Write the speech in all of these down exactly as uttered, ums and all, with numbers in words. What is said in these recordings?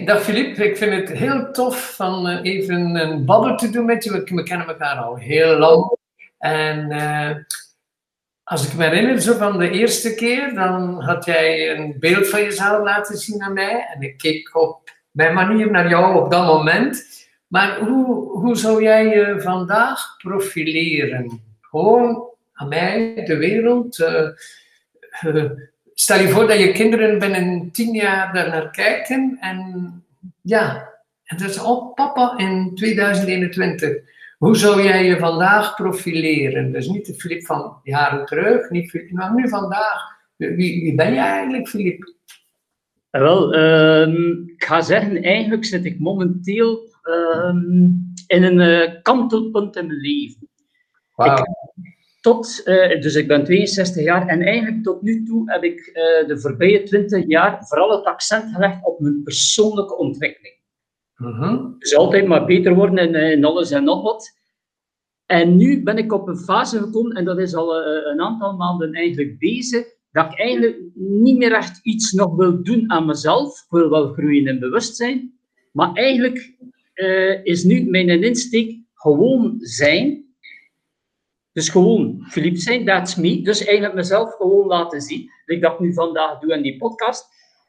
Hey, dag Philippe, ik vind het heel tof van uh, even een babbel te doen met je. We, we kennen elkaar al heel lang. En uh, als ik me herinner, zo van de eerste keer, dan had jij een beeld van jezelf laten zien aan mij. En ik keek op mijn manier naar jou op dat moment. Maar hoe, hoe zou jij je vandaag profileren? Gewoon aan mij, de wereld. Uh, uh, stel je voor dat je kinderen binnen tien jaar daar naar kijken. En ja, en dat is ook papa in tweeduizend eenentwintig. Hoe zou jij je vandaag profileren? Dus niet de Philippe van jaren terug, niet Philippe, maar nu vandaag. Wie, wie ben jij eigenlijk, Philippe? Wel, uh, ik ga zeggen, eigenlijk zit ik momenteel uh, in een uh, kantelpunt in mijn leven. Wow. Ik, tot, uh, dus ik ben tweeënzestig jaar en eigenlijk tot nu toe heb ik uh, de voorbije twintig jaar vooral het accent gelegd op mijn persoonlijke ontwikkeling. Mm-hmm. Dus altijd maar beter worden in, in alles en nog wat. En nu ben ik op een fase gekomen, en dat is al uh, een aantal maanden eigenlijk bezig, dat ik eigenlijk niet meer echt iets nog wil doen aan mezelf. Ik wil wel groeien in bewustzijn. Maar eigenlijk uh, is nu mijn insteek gewoon zijn. Dus gewoon Philippe zijn, that's me. Dus eigenlijk mezelf gewoon laten zien. Dat ik dat nu vandaag doe in die podcast.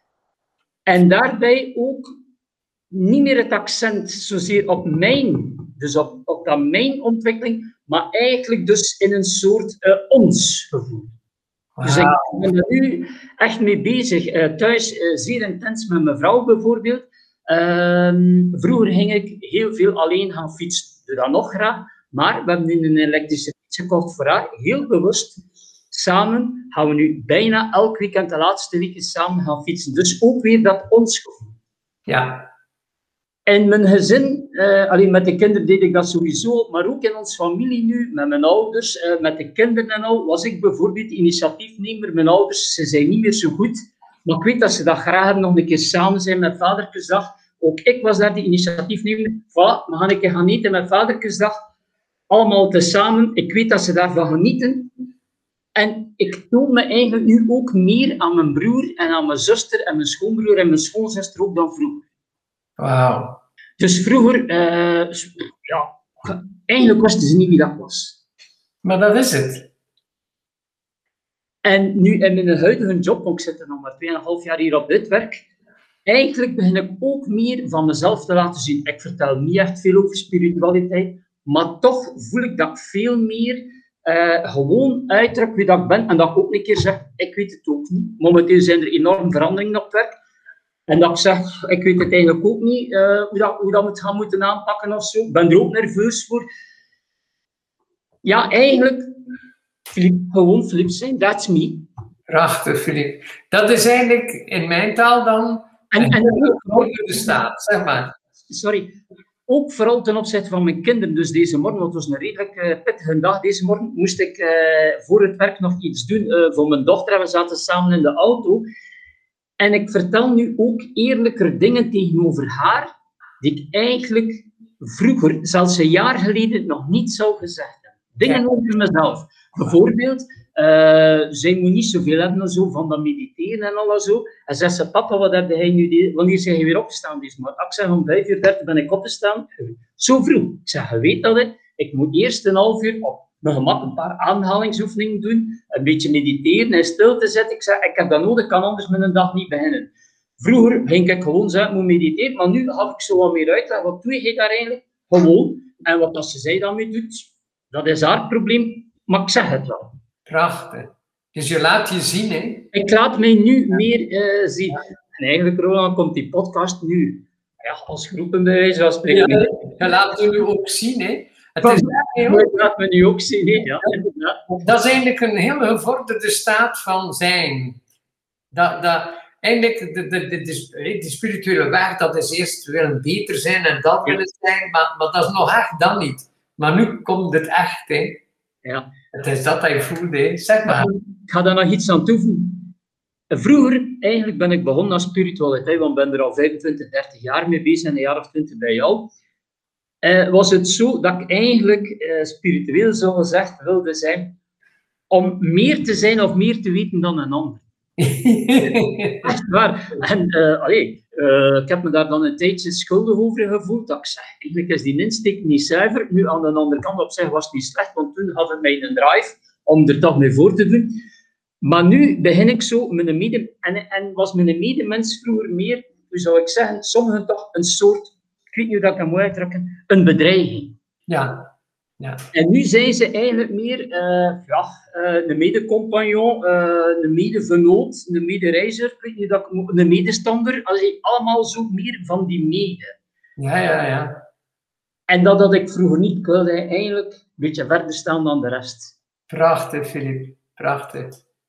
En daarbij ook niet meer het accent zozeer op mijn, dus op, op dat mijn ontwikkeling, maar eigenlijk dus in een soort uh, ons gevoel. Wow. Dus ik ben er nu echt mee bezig. Uh, thuis uh, zeer intens met mijn vrouw bijvoorbeeld. Uh, vroeger ging ik heel veel alleen gaan fietsen. Ik doe dat nog graag. Maar we hebben nu een elektrische fiets gekocht voor haar. Heel bewust. Samen gaan we nu bijna elk weekend de laatste weken samen gaan fietsen. Dus ook weer dat ons gevoel. Ja. En mijn gezin, uh, alleen met de kinderen deed ik dat sowieso, maar ook in onze familie nu, met mijn ouders, uh, met de kinderen en al, was ik bijvoorbeeld initiatiefnemer. Mijn ouders, ze zijn niet meer zo goed, maar ik weet dat ze dat graag hebben, nog een keer samen zijn met Vadertjesdag. Ook ik was daar de initiatiefnemer. Voilà, we gaan een keer gaan eten met Vadertjesdag. Allemaal tezamen. Ik weet dat ze daarvan genieten. En ik toon me eigenlijk nu ook meer aan mijn broer en aan mijn zuster en mijn schoonbroer en mijn schoonzuster ook dan vroeger. Wauw. Dus vroeger, uh, ja, eigenlijk wisten ze niet wie dat was. Maar dat is het. En nu in mijn huidige job, want ik zit er nog maar tweeënhalf jaar hier op dit werk, eigenlijk begin ik ook meer van mezelf te laten zien. Ik vertel niet echt veel over spiritualiteit, maar toch voel ik dat ik veel meer uh, gewoon uitdruk wie dat ik ben. En dat ik ook een keer zeg, ik weet het ook niet. Momenteel zijn er enorme veranderingen op het werk. En dat ik zeg, ik weet het eigenlijk ook niet, uh, hoe, dat, hoe dat we het gaan moeten aanpakken of zo. Ik ben er ook nerveus voor. Ja, eigenlijk, Philippe, gewoon Philippe zijn, that's me. Prachtig, Philippe. Dat is eigenlijk in mijn taal dan en, een en ook de staat, zeg maar. Sorry. Ook vooral ten opzichte van mijn kinderen. Dus deze morgen, want het was een redelijk uh, pittige dag. Deze morgen moest ik uh, voor het werk nog iets doen uh, voor mijn dochter. En we zaten samen in de auto. En ik vertel nu ook eerlijker dingen tegenover haar, die ik eigenlijk vroeger, zelfs een jaar geleden, nog niet zou gezegd hebben. Dingen ja. over mezelf. Bijvoorbeeld, uh, zij moet niet zoveel hebben zo, van dat mediteren en alles zo. En zegt ze, papa, wat heb jij nu, de... wanneer zijn je weer opgestaan? Dus, maar ik zeg, om vijf uur dertig ben ik opgestaan. Zo vroeg. Ik zeg, je weet dat, hè? Ik moet eerst een half uur op mijn gemak een paar aanhalingsoefeningen doen, een beetje mediteren en stilte zetten. Ik zeg, ik heb dat nodig, ik kan anders mijn dag niet beginnen. Vroeger ging ik gewoon zeggen, ik moet mediteren, maar nu had ik zo wat meer uitleg. Wat doe je daar eigenlijk? Gewoon. En wat als ze zij daarmee doet, dat is haar probleem, maar ik zeg het wel. Prachtig. Dus je laat je zien, hè? Ik laat mij nu meer uh, zien. Ja. En eigenlijk, Roland, komt die podcast nu ja, als groepen bij wijze van spreken. Ja, je laat je nu ook zien, hè? Het is dat laat me nu ook zien, hè? Ja, inderdaad. Dat is eigenlijk een hele gevorderde staat van zijn. Dat, dat, eigenlijk, de, de, de, de, de spirituele weg, dat is eerst willen beter zijn en dat willen zijn, maar, maar dat is nog echt dan niet. Maar nu komt het echt, hè? Ja. Het is dat hij voelt, hè? Zeg maar. Ik ga daar nog iets aan toevoegen. Vroeger, eigenlijk ben ik begonnen aan spiritualiteit, want ik ben er al vijfentwintig, dertig jaar mee bezig, en een jaar of twintig bij jou. Uh, was het zo dat ik eigenlijk uh, spiritueel zo gezegd wilde zijn om meer te zijn of meer te weten dan een ander. Echt waar. En uh, allee, uh, ik heb me daar dan een tijdje schuldig over gevoeld. Dat ik zeg, eigenlijk is die insteek niet zuiver. Nu, aan de andere kant op zich was het niet slecht, want toen had het mij een drive om er toch mee voor te doen. Maar nu begin ik zo, met een mede, en, en was mijn medemens vroeger meer, hoe zou ik zeggen, sommigen toch een soort, ik weet niet hoe dat ik dat moet uitdrukken, een bedreiging. Ja. Ja. En nu zijn ze eigenlijk meer uh, ja, uh, een medecompagnon, uh, een medevernoot, een medereiziger, ik weet niet dat ik, een medestander, also, allemaal zo meer van die mede. Ja, ja, ja. En dat had ik vroeger niet, ik wilde eigenlijk een beetje verder staan dan de rest. Prachtig, Filip, prachtig.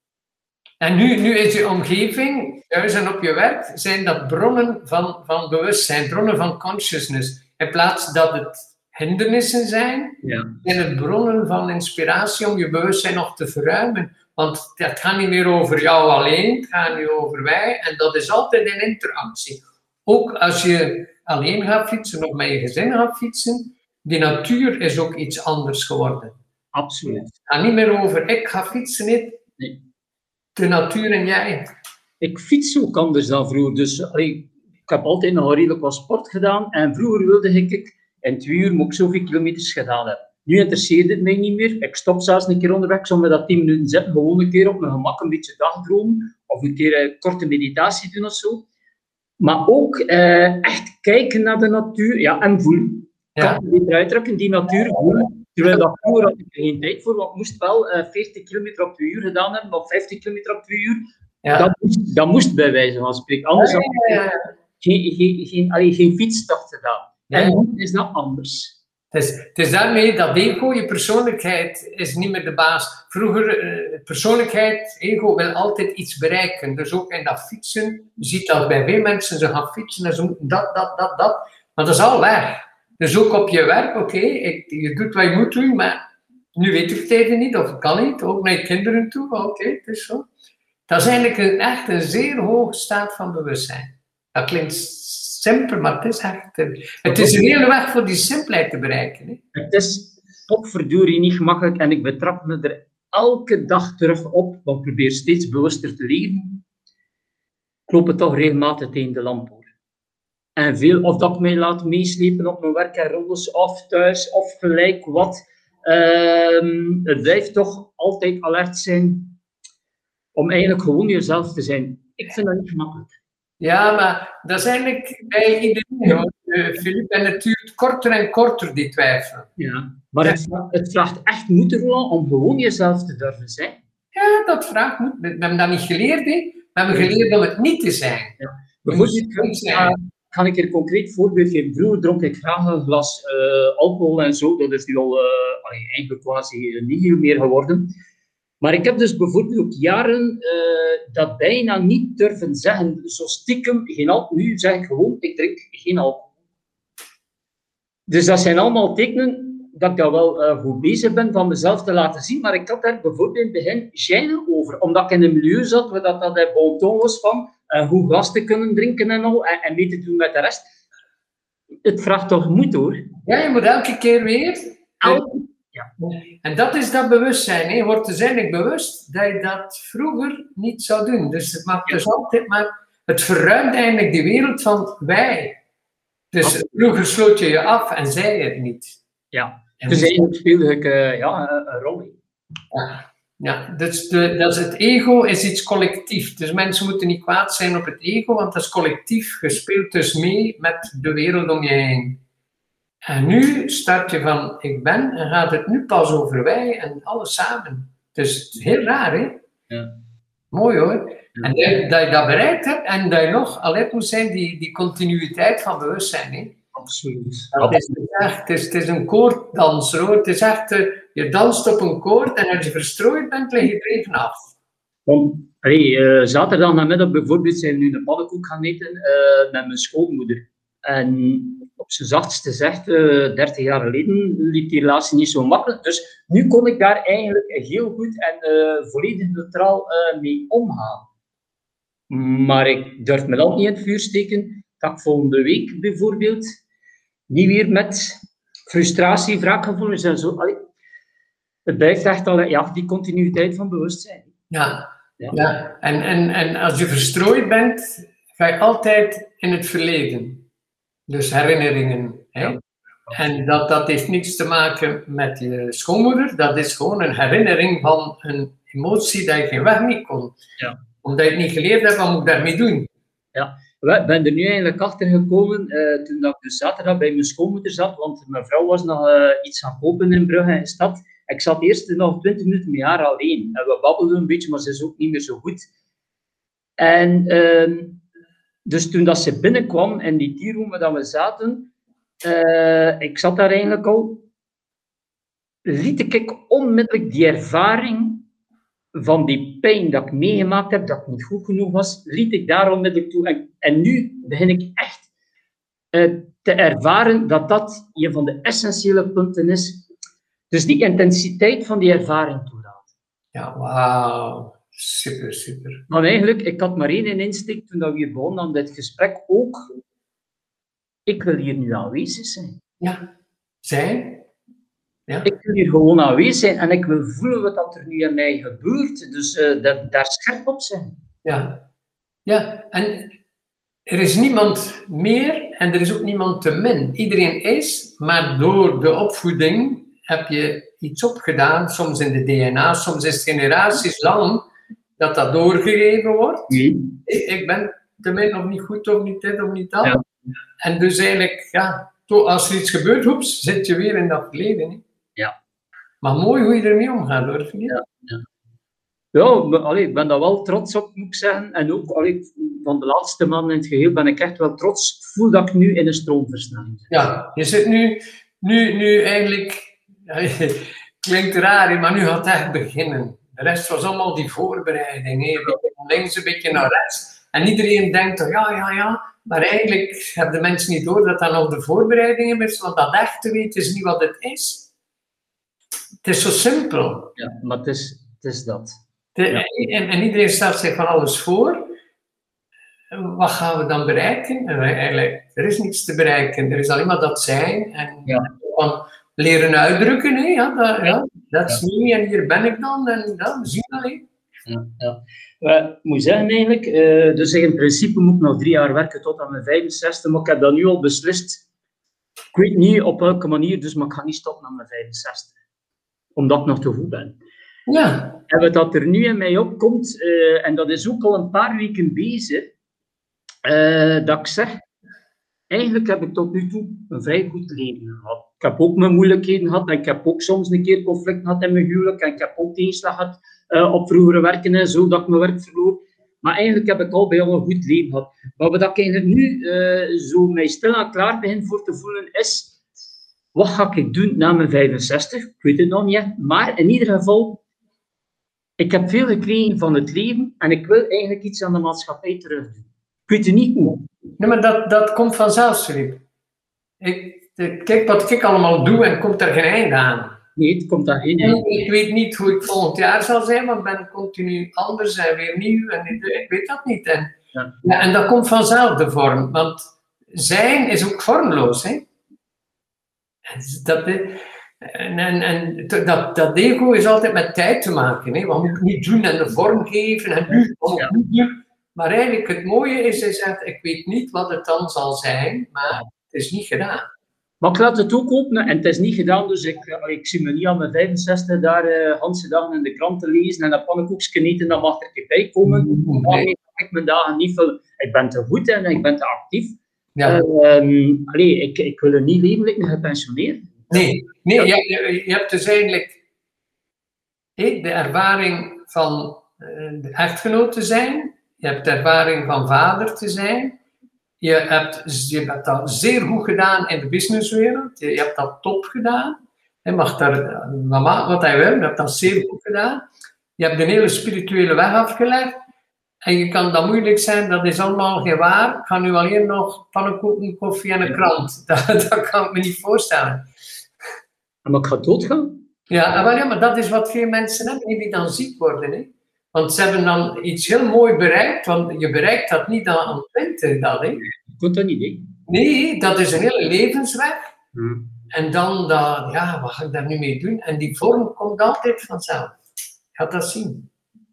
En nu, nu is je omgeving, thuis en op je werk, zijn dat bronnen van, van bewustzijn, bronnen van consciousness. In plaats dat het hindernissen zijn, ja. zijn het bronnen van inspiratie om je bewustzijn nog te verruimen. Want het gaat niet meer over jou alleen, het gaat nu over wij. En dat is altijd in interactie. Ook als je alleen gaat fietsen of met je gezin gaat fietsen, die natuur is ook iets anders geworden. Absoluut. Het gaat niet meer over ik ga fietsen, niet. Nee. De natuur en jij. Ik fiets ook anders dan vroeger. Dus allee, ik heb altijd nog redelijk wat sport gedaan. En vroeger wilde ik in twee uur moet ik zoveel kilometers gedaan hebben. Nu interesseert het mij niet meer. Ik stop zelfs een keer onderweg, zonder dat tien minuten zitten. Gewoon een keer op mijn gemak een beetje dagdromen. Of een keer een korte meditatie doen of zo. Maar ook eh, echt kijken naar de natuur. Ja, en voelen. Ik Ja. kan het beter uitdrukken, die natuur voelen. Terwijl dat vroeger had ik er geen tijd voor, want ik moest wel uh, veertig kilometer op twee uur gedaan hebben, of vijftig kilometer op twee uur. Ja. Dat, moest, dat moest bij wijze van spreken. Anders had ik Ja, ja, ja. geen, geen, geen, allee, geen fietstocht gedaan. Ja. En nu is dat anders. Het is, het is daarmee dat ego, je persoonlijkheid, is niet meer de baas. Vroeger, uh, persoonlijkheid, ego wil altijd iets bereiken. Dus ook in dat fietsen, je ziet dat bij veel mensen, ze gaan fietsen en ze moeten dat, dat, dat, dat. Maar dat is al weg. Dus ook op je werk, oké, okay, je doet wat je moet doen, maar nu weet ik het even niet, of het kan niet, ook naar je kinderen toe, oké, okay, het is zo. Dat is eigenlijk een, echt een zeer hoge staat van bewustzijn. Dat klinkt simpel, maar het is echt... Het is een hele weg voor die simpelheid te bereiken. Hè? Het is potverdorie niet gemakkelijk en ik betrap me er elke dag terug op, want ik probeer steeds bewuster te leven. Ik loop het toch regelmatig tegen de lamp hoor. En veel, of dat ik mij laat meeslepen op mijn werk en roddels, of thuis, of gelijk wat. Um, het blijft toch altijd alert zijn om eigenlijk gewoon jezelf te zijn. Ik vind dat niet gemakkelijk. Ja, maar dat is eigenlijk bij iedereen, Filip. En het duurt korter en korter, die twijfel. Ja, maar het, het vraagt echt moed om gewoon jezelf te durven zijn. Ja, dat vraagt moed. We hebben dat niet geleerd, hè. We hebben geleerd om het niet te zijn. Ja. Bijvoorbeeld, ja, ga ik een concreet voorbeeld geven. Vroeger dronk ik graag een glas uh, alcohol en zo. Dat is nu al uh, eigenlijk quasi niet veel meer geworden. Maar ik heb dus bijvoorbeeld jaren uh, dat bijna niet durven zeggen. Zo stiekem, geen alcohol. Nu zeg ik gewoon, ik drink geen alcohol. Dus dat zijn allemaal tekenen dat ik daar wel uh, goed bezig ben van mezelf te laten zien. Maar ik had daar bijvoorbeeld in het begin gêne over. Omdat ik in een milieu zat waar dat, dat bon ton was van uh, hoe gasten kunnen drinken en al. En, en mee te doen met de rest. Het vraagt toch moed hoor. Ja, je moet elke keer weer... Elke... Ja. En dat is dat bewustzijn. Hè. Je wordt dus eigenlijk bewust dat je dat vroeger niet zou doen. Dus het maakt dus altijd maar... Het verruimt eigenlijk de wereld van wij. Dus vroeger sloot je je af en zei het niet. Ja, en dus eigenlijk speelde ik uh, ja, een rol in. Ja, ja. Dus de, dat is het ego is iets collectief. Dus mensen moeten niet kwaad zijn op het ego, want dat is collectief. Je speelt dus mee met de wereld om je heen. En nu start je van ik ben en gaat het nu pas over wij en alles samen. Dus heel raar, hè? Ja. Mooi hoor. Ja. En dat, dat je dat bereikt hebt en dat je nog alert moet zijn, die, die continuïteit van bewustzijn. Hè? Absoluut. Het is, echt, het, is, het is een koorddanser hoor. Het is echt, uh, je danst op een koord en als je verstrooid bent, lig je er even af. Om, hey, uh, zaterdag namiddag bijvoorbeeld zijn we nu een paddenkoek gaan eten uh, met mijn schoonmoeder. En op zijn zachtste zegt, uh, dertig jaar geleden liep die relatie niet zo makkelijk. Dus nu kon ik daar eigenlijk heel goed en uh, volledig neutraal uh, mee omgaan. Maar ik durf me dan niet in het vuur steken dat ik volgende week bijvoorbeeld niet weer met frustratie, wraakgevoelens en zo. Allee, het blijft echt al ja, die continuïteit van bewustzijn. Ja, Ja. Ja, en, en, en als je verstrooid bent, ga je altijd in het verleden. Dus herinneringen. Hè? Ja. En dat, dat heeft niks te maken met je schoonmoeder. Dat is gewoon een herinnering van een emotie dat je geen weg mee kon. Ja. Omdat je het niet geleerd hebt, wat moet ik daarmee doen? Ja, ik ben er nu eigenlijk achter gekomen uh, toen dat ik dus zaterdag bij mijn schoonmoeder zat, want mijn vrouw was nog uh, iets aan kopen in Brugge in de stad. Ik zat eerst nog twintig minuten met haar alleen. En we babbelden een beetje, maar ze is ook niet meer zo goed. En uh, dus toen dat ze binnenkwam in die tierroom waar we zaten, uh, ik zat daar eigenlijk al, liet ik onmiddellijk die ervaring van die pijn dat ik meegemaakt heb, dat ik niet goed genoeg was, liet ik daar onmiddellijk toe. En, en nu begin ik echt uh, te ervaren dat dat een van de essentiële punten is. Dus die intensiteit van die ervaring toelaat. Ja, wauw. Super, super. Maar eigenlijk, ik had maar één insteek toen we hier begonnen aan dit gesprek ook. Ik wil hier nu aanwezig zijn. Ja, zijn. Ja. Ik wil hier gewoon aanwezig zijn en ik wil voelen wat er nu in mij gebeurt. Dus uh, dat, daar scherp op zijn. Ja. Ja, en er is niemand meer en er is ook niemand te min. Iedereen is, maar door de opvoeding heb je iets opgedaan, soms in de D N A, soms is het generaties lang dat dat doorgegeven wordt. Nee. Ik ben te min of niet goed of niet dit of niet dat. Ja. En dus eigenlijk, ja, als er iets gebeurt, hoeps, zit je weer in dat verleden. Hè. Ja. Maar mooi hoe je ermee omgaat, hoor. Ja, ja. Ja, maar, allee, ik ben daar wel trots op, moet ik zeggen. En ook allee, van de laatste maanden in het geheel ben ik echt wel trots. Ik voel dat ik nu in een stroomversnelling zit. Ja, je zit nu, nu, nu eigenlijk, ja, klinkt raar, maar nu gaat het echt beginnen. De rest was allemaal die voorbereiding, hè. Een beetje van links, een beetje naar rechts. En iedereen denkt toch, ja, ja, ja. Maar eigenlijk hebben de mensen niet door dat dat nog de voorbereidingen is, want dat echt te weten is niet wat het is. Het is zo simpel. Ja, maar het is, het is dat. De, ja. en, en iedereen stelt zich van alles voor. Wat gaan we dan bereiken? En eigenlijk, er is niets te bereiken. Er is alleen maar dat zijn. En ja. van leren uitdrukken. Hè? Ja, dat, ja, dat is ja. me en hier ben ik dan. En ja, we zien alleen. Ja, ja. Uh, ik moet zeggen eigenlijk, uh, dus in principe moet ik nog drie jaar werken tot aan mijn vijfenzestig, maar ik heb dat nu al beslist. Ik weet niet op welke manier, dus maar ik ga niet stoppen aan mijn vijfenzestig. Omdat ik nog te goed ben. Ja. En wat dat er nu in mij opkomt, uh, en dat is ook al een paar weken bezig, uh, dat ik zeg, eigenlijk heb ik tot nu toe een vrij goed leven gehad. Ik heb ook mijn moeilijkheden gehad en ik heb ook soms een keer conflict gehad in mijn huwelijk en ik heb ook tegenslag gehad uh, op vroegere werken en zo, dat ik mijn werk verloor. Maar eigenlijk heb ik al bij al een goed leven gehad. Maar wat ik eigenlijk nu uh, zo mij stilaan klaar begin voor te voelen is, wat ga ik doen na mijn vijfenzestig? Ik weet het nog niet echt, maar in ieder geval, ik heb veel gekregen van het leven en ik wil eigenlijk iets aan de maatschappij terug doen. Ik weet het niet hoe. Nee, maar dat, dat komt vanzelf, Philippe. Ik, kijk wat ik allemaal doe en komt er geen einde aan. Nee, het komt daar geen einde. Ik weet niet hoe ik volgend jaar zal zijn, maar ik ben continu anders en weer nieuw. En ik weet dat niet. En, ja. Ja, en dat komt vanzelf, de vorm. Want zijn is ook vormloos. Hè? Dat, en en, en dat, dat ego is altijd met tijd te maken. Hè? Wat moet ik niet doen en de vorm geven en nu, wat moet ik niet doen? Maar eigenlijk het mooie is, hij zegt, ik weet niet wat het dan zal zijn, maar het is niet gedaan. Maar ik laat het ook openen en het is niet gedaan, dus ik, ik zie me niet aan mijn vijfenzestig daar uh, ganse dagen in de krant te lezen en dat pannenkoekje eten, dan mag er een bij komen. Nee. Dan ik mijn dagen niet veel. Ik ben te goed en ik ben te actief. Ja. Uh, um, allee, ik, ik wil er niet leven, ik ben gepensioneerd. Nee, nee je, je, je hebt dus eigenlijk hey, de ervaring van uh, de echtgenoot te zijn. Je hebt de ervaring van vader te zijn. Je hebt, je hebt dat zeer goed gedaan in de businesswereld. Je, je hebt dat top gedaan. Je mag daar mama wat hij wil. Je hebt dat zeer goed gedaan. Je hebt een hele spirituele weg afgelegd. En je kan dat moeilijk zijn. Dat is allemaal geen waar. Ik ga nu alleen nog pannenkoeken, koffie en een krant. Dat, dat kan ik me niet voorstellen. Maar ik ga doodgaan. Ja, maar, ja, maar dat is wat veel mensen hebben. Die dan ziek worden. Hè? Want ze hebben dan iets heel mooi bereikt, want je bereikt dat niet aan twintig, dat, hè? Je kunt dat niet, hè? Nee, dat is een hele levensweg. Hmm. En dan, dat, ja, wat ga ik daar nu mee doen? En die vorm komt altijd vanzelf. Je gaat dat zien.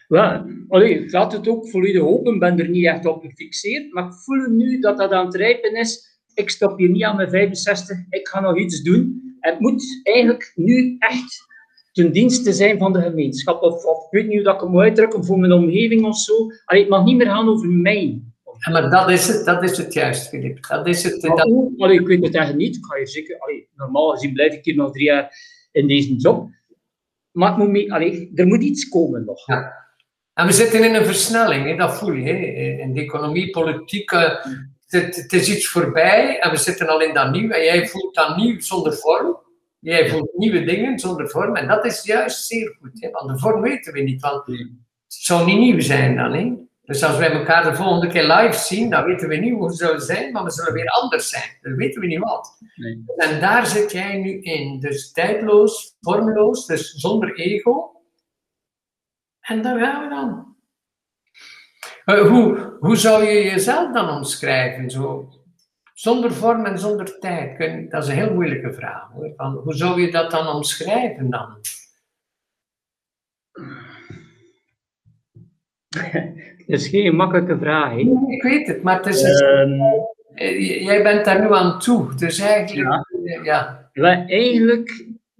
Well, allee, ik laat het ook volledig open, ik ben er niet echt op gefixeerd, maar ik voel nu dat dat aan het rijpen is. Ik stop hier niet aan mijn vijfenzestig, ik ga nog iets doen. En het moet eigenlijk nu echt ten dienste zijn van de gemeenschap. Of, of ik weet niet hoe dat ik het moet uitdrukken, voor mijn omgeving of zo. Allee, het mag niet meer gaan over mij. Ja, maar dat is het, dat is het juist, Filip. Dat is het. Maar Dat... ook, allee, ik weet het eigenlijk niet. Ik ga hier zeker, allee, normaal gezien blijf ik hier nog drie jaar in deze job. Maar het moet mee, allee, er moet iets komen nog. Ja. En we zitten in een versnelling, hè? Dat voel je. Hè? In de economie, politiek, uh, het, het is iets voorbij en we zitten al in dat nieuw. En jij voelt dat nieuw zonder vorm. Jij voelt nieuwe dingen zonder vorm. En dat is juist zeer goed. Hè? Want de vorm weten we niet. Want het zou niet nieuw zijn dan. Hè? Dus als wij elkaar de volgende keer live zien, dan weten we niet hoe het zou zijn, maar we zullen weer anders zijn. Dan weten we niet wat. Nee. En daar zit jij nu in. Dus tijdloos, vormloos, dus zonder ego. En daar gaan we dan. Uh, hoe, hoe zou je jezelf dan omschrijven? Zo? Zonder vorm en zonder tijd. Dat is een heel moeilijke vraag. Hoor. Van, hoe zou je dat dan omschrijven dan? Dat is geen makkelijke vraag. Hè? Nee, ik weet het, maar het is een... um, jij bent daar nu aan toe. Dus eigenlijk... Ja. Ja. Ja, eigenlijk...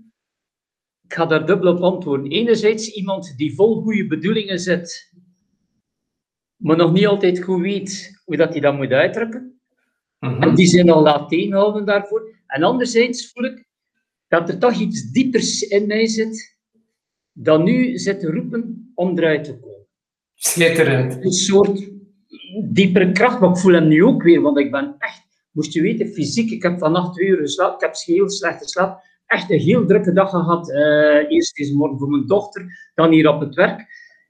Ik ga daar dubbel op antwoorden. Enerzijds iemand die vol goede bedoelingen zit, maar nog niet altijd goed weet hoe dat hij dat moet uitdrukken. Mm-hmm. En die zijn al laat tegenhouden daarvoor. En anderzijds voel ik dat er toch iets diepers in mij zit, dat nu zit te roepen om eruit te komen. Schitterend. Een soort diepere kracht, maar ik voel hem nu ook weer, want ik ben echt, moest je weten, fysiek, ik heb vannacht twee uur geslapen, ik heb heel slechte slaap, echt een heel drukke dag gehad, uh, eerst deze morgen voor mijn dochter, dan hier op het werk.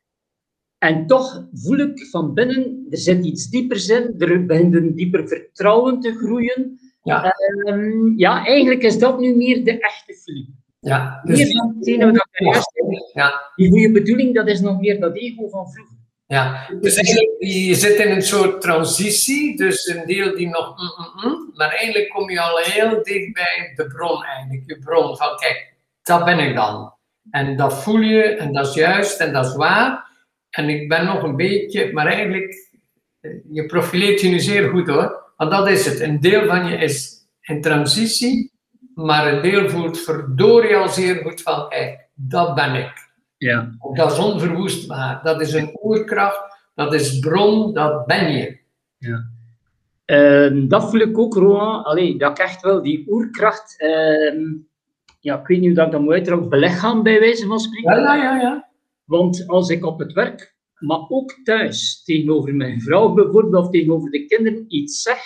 En toch voel ik van binnen, er zit iets diepers in, er begint een dieper vertrouwen te groeien. Ja, uh, ja eigenlijk is dat nu meer de echte Filip. Ja, dus meer dan hetgene wat ik juist heb. Ja. Die goede bedoeling, dat is nog meer dat ego van vroeger. Ja, dus eigenlijk, je zit in een soort transitie, dus een deel die nog mm, mm, mm, maar eigenlijk kom je al heel dicht bij de bron eigenlijk, je bron van kijk, dat ben ik dan. En dat voel je, en dat is juist, en dat is waar. En ik ben nog een beetje, maar eigenlijk, je profileert je nu zeer goed hoor, want dat is het. Een deel van je is in transitie, maar een deel voelt verdorie al zeer goed van kijk, dat ben ik. Ja. Dat is onverwoestbaar. Dat is een oerkracht, dat is bron, dat ben je. Ja. Uh, dat voel ik ook, Rohan. Allee, dat ik echt wel die oerkracht, uh, ja, ik weet niet hoe dat ik dat moet uitdrukken, belichaam bij wijze van spreken. Ja, ja, ja, ja. Want als ik op het werk, maar ook thuis, tegenover mijn vrouw bijvoorbeeld, of tegenover de kinderen iets zeg,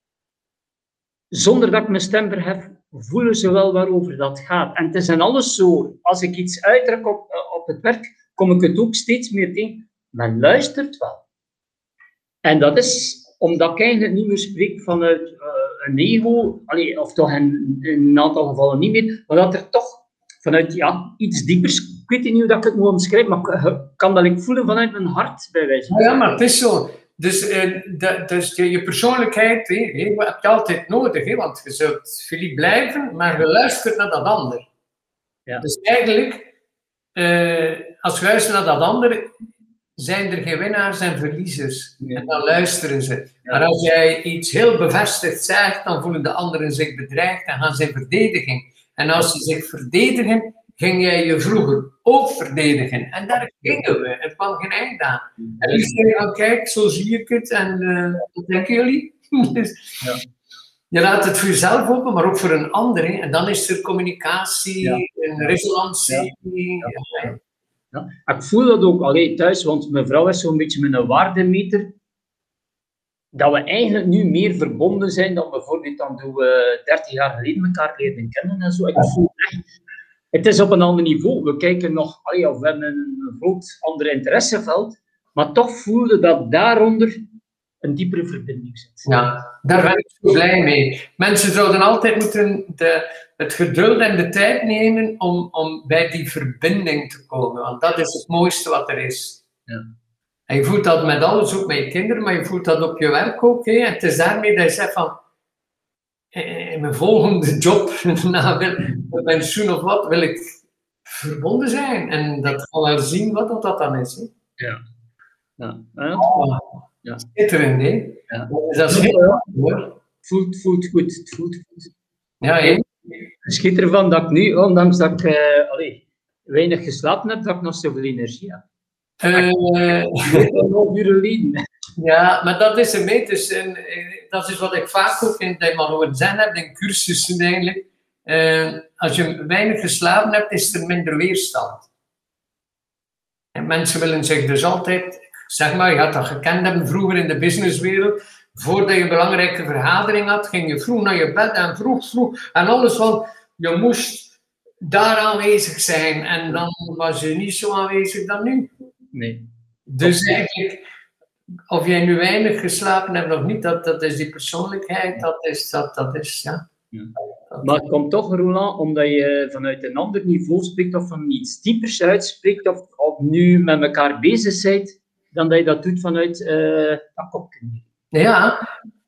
zonder dat ik mijn stem verhef, voelen ze wel waarover dat gaat. En het is in alles zo, als ik iets uitdruk op, op het werk, kom ik het ook steeds meer tegen. Men luistert wel. En dat is omdat ik eigenlijk niet meer spreek vanuit uh, een ego, allee, of toch in, in een aantal gevallen niet meer, maar dat er toch vanuit ja, iets diepers, ik weet niet hoe dat ik het moet omschrijven, maar ik kan dat ik voelen vanuit mijn hart bij wijze van. Ja, maar het is zo. Dus, uh, de, dus je, je persoonlijkheid he, he, heb je altijd nodig, he, want je zult Filip blijven, maar je luistert naar dat ander. Ja. Dus eigenlijk, uh, als je luistert naar dat ander, zijn er geen winnaars en verliezers. Ja. En dan luisteren ze. Ja. Maar als jij iets heel bevestigd zegt, dan voelen de anderen zich bedreigd en gaan ze in verdediging. En als ze zich verdedigen, ging jij je vroeger ook verdedigen. En daar gingen we. Het kwam geen eind aan. En nu zeg je van, kijk, zo zie ik het. En uh, wat denken jullie? Dus, ja. Je laat het voor jezelf open, maar ook voor een ander. Hè. En dan is er communicatie, ja. en resonantie. Ja. Ja. Ja. Ik voel dat ook alleen thuis, want mijn vrouw is zo'n beetje mijn waardemeter. Dat we eigenlijk nu meer verbonden zijn dan bijvoorbeeld dan toen we dertig jaar geleden elkaar leerden kennen en zo. Ik voel echt, het is op een ander niveau. We kijken nog, allee, of we hebben een groot ander interesseveld, maar toch voelde dat daaronder een diepere verbinding zit. Ja, daar ben ik zo blij mee. Mensen zouden altijd moeten de, het geduld en de tijd nemen om, om bij die verbinding te komen, want dat is het mooiste wat er is. Ja. En je voelt dat met alles, ook met je kinderen, maar je voelt dat op je werk ook. Hè? En het is daarmee dat je zegt van, in mijn volgende job, na mijn pensioen of wat, wil ik verbonden zijn. En dat gaan we zien wat dat dan is. Hè? Ja. Ja. Ja. Oh, Ja. schitterend, hè? Ja. Dat is heel goed, hoor. Voelt, voelt goed. Het voelt goed. Ja, hè? Ik schiet ervan dat ik nu, ondanks dat ik uh, allee, weinig geslapen heb, dat ik nog zoveel energie heb. Uh, een half uur geleden. Ja, maar dat is ermee. Dus, en, dat is wat ik vaak ook in dat je maar hoort zeggen hebt, in cursussen eigenlijk. Uh, als je weinig geslapen hebt, is er minder weerstand. En mensen willen zich dus altijd, zeg maar, je had dat gekend hebben vroeger in de businesswereld. Voordat je een belangrijke vergadering had, ging je vroeg naar je bed en vroeg, vroeg. En alles van, je moest daar aanwezig zijn. En dan was je niet zo aanwezig dan nu. Nee. Dus eigenlijk, of jij nu weinig geslapen hebt of niet, dat, dat is die persoonlijkheid, dat is, dat, dat is, ja. Ja. Maar het komt toch, Roland, omdat je vanuit een ander niveau spreekt of van iets diepers uitspreekt of, of nu met elkaar bezig bent, dan dat je dat doet vanuit uh, dat kopje. Ja,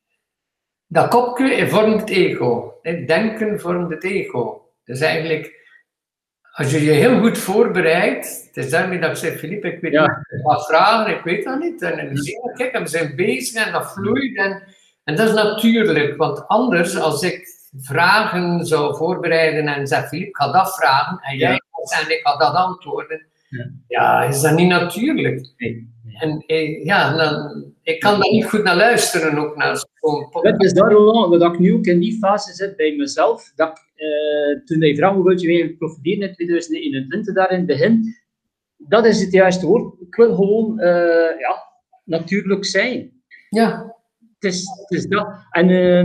dat kopje vormt het ego. Denken vormt het ego. Dus eigenlijk, als je je heel goed voorbereidt, het is daarmee dat ik zeg, Philippe, ik weet ja. niet wat vragen, ik weet dat niet. En dan zie je, kijk, we zijn bezig en dat vloeit. En, en dat is natuurlijk, want anders, als ik vragen zou voorbereiden en zeg, Philippe, ik ga dat vragen, en jij ja. en ik ga dat antwoorden, ja, ja is dat niet natuurlijk. Nee. En ja, dan, ik kan daar niet goed naar luisteren, ook naar zo'n podcast. Het is daarom dat ik nu ook in die fase zit bij mezelf, dat ik, uh, toen je vraag hoe wil je weer profiteren in twintig eenentwintig, daar in het begin, dat is het juiste woord. Ik wil gewoon uh, ja, natuurlijk zijn. Ja. Het is, het is dat. En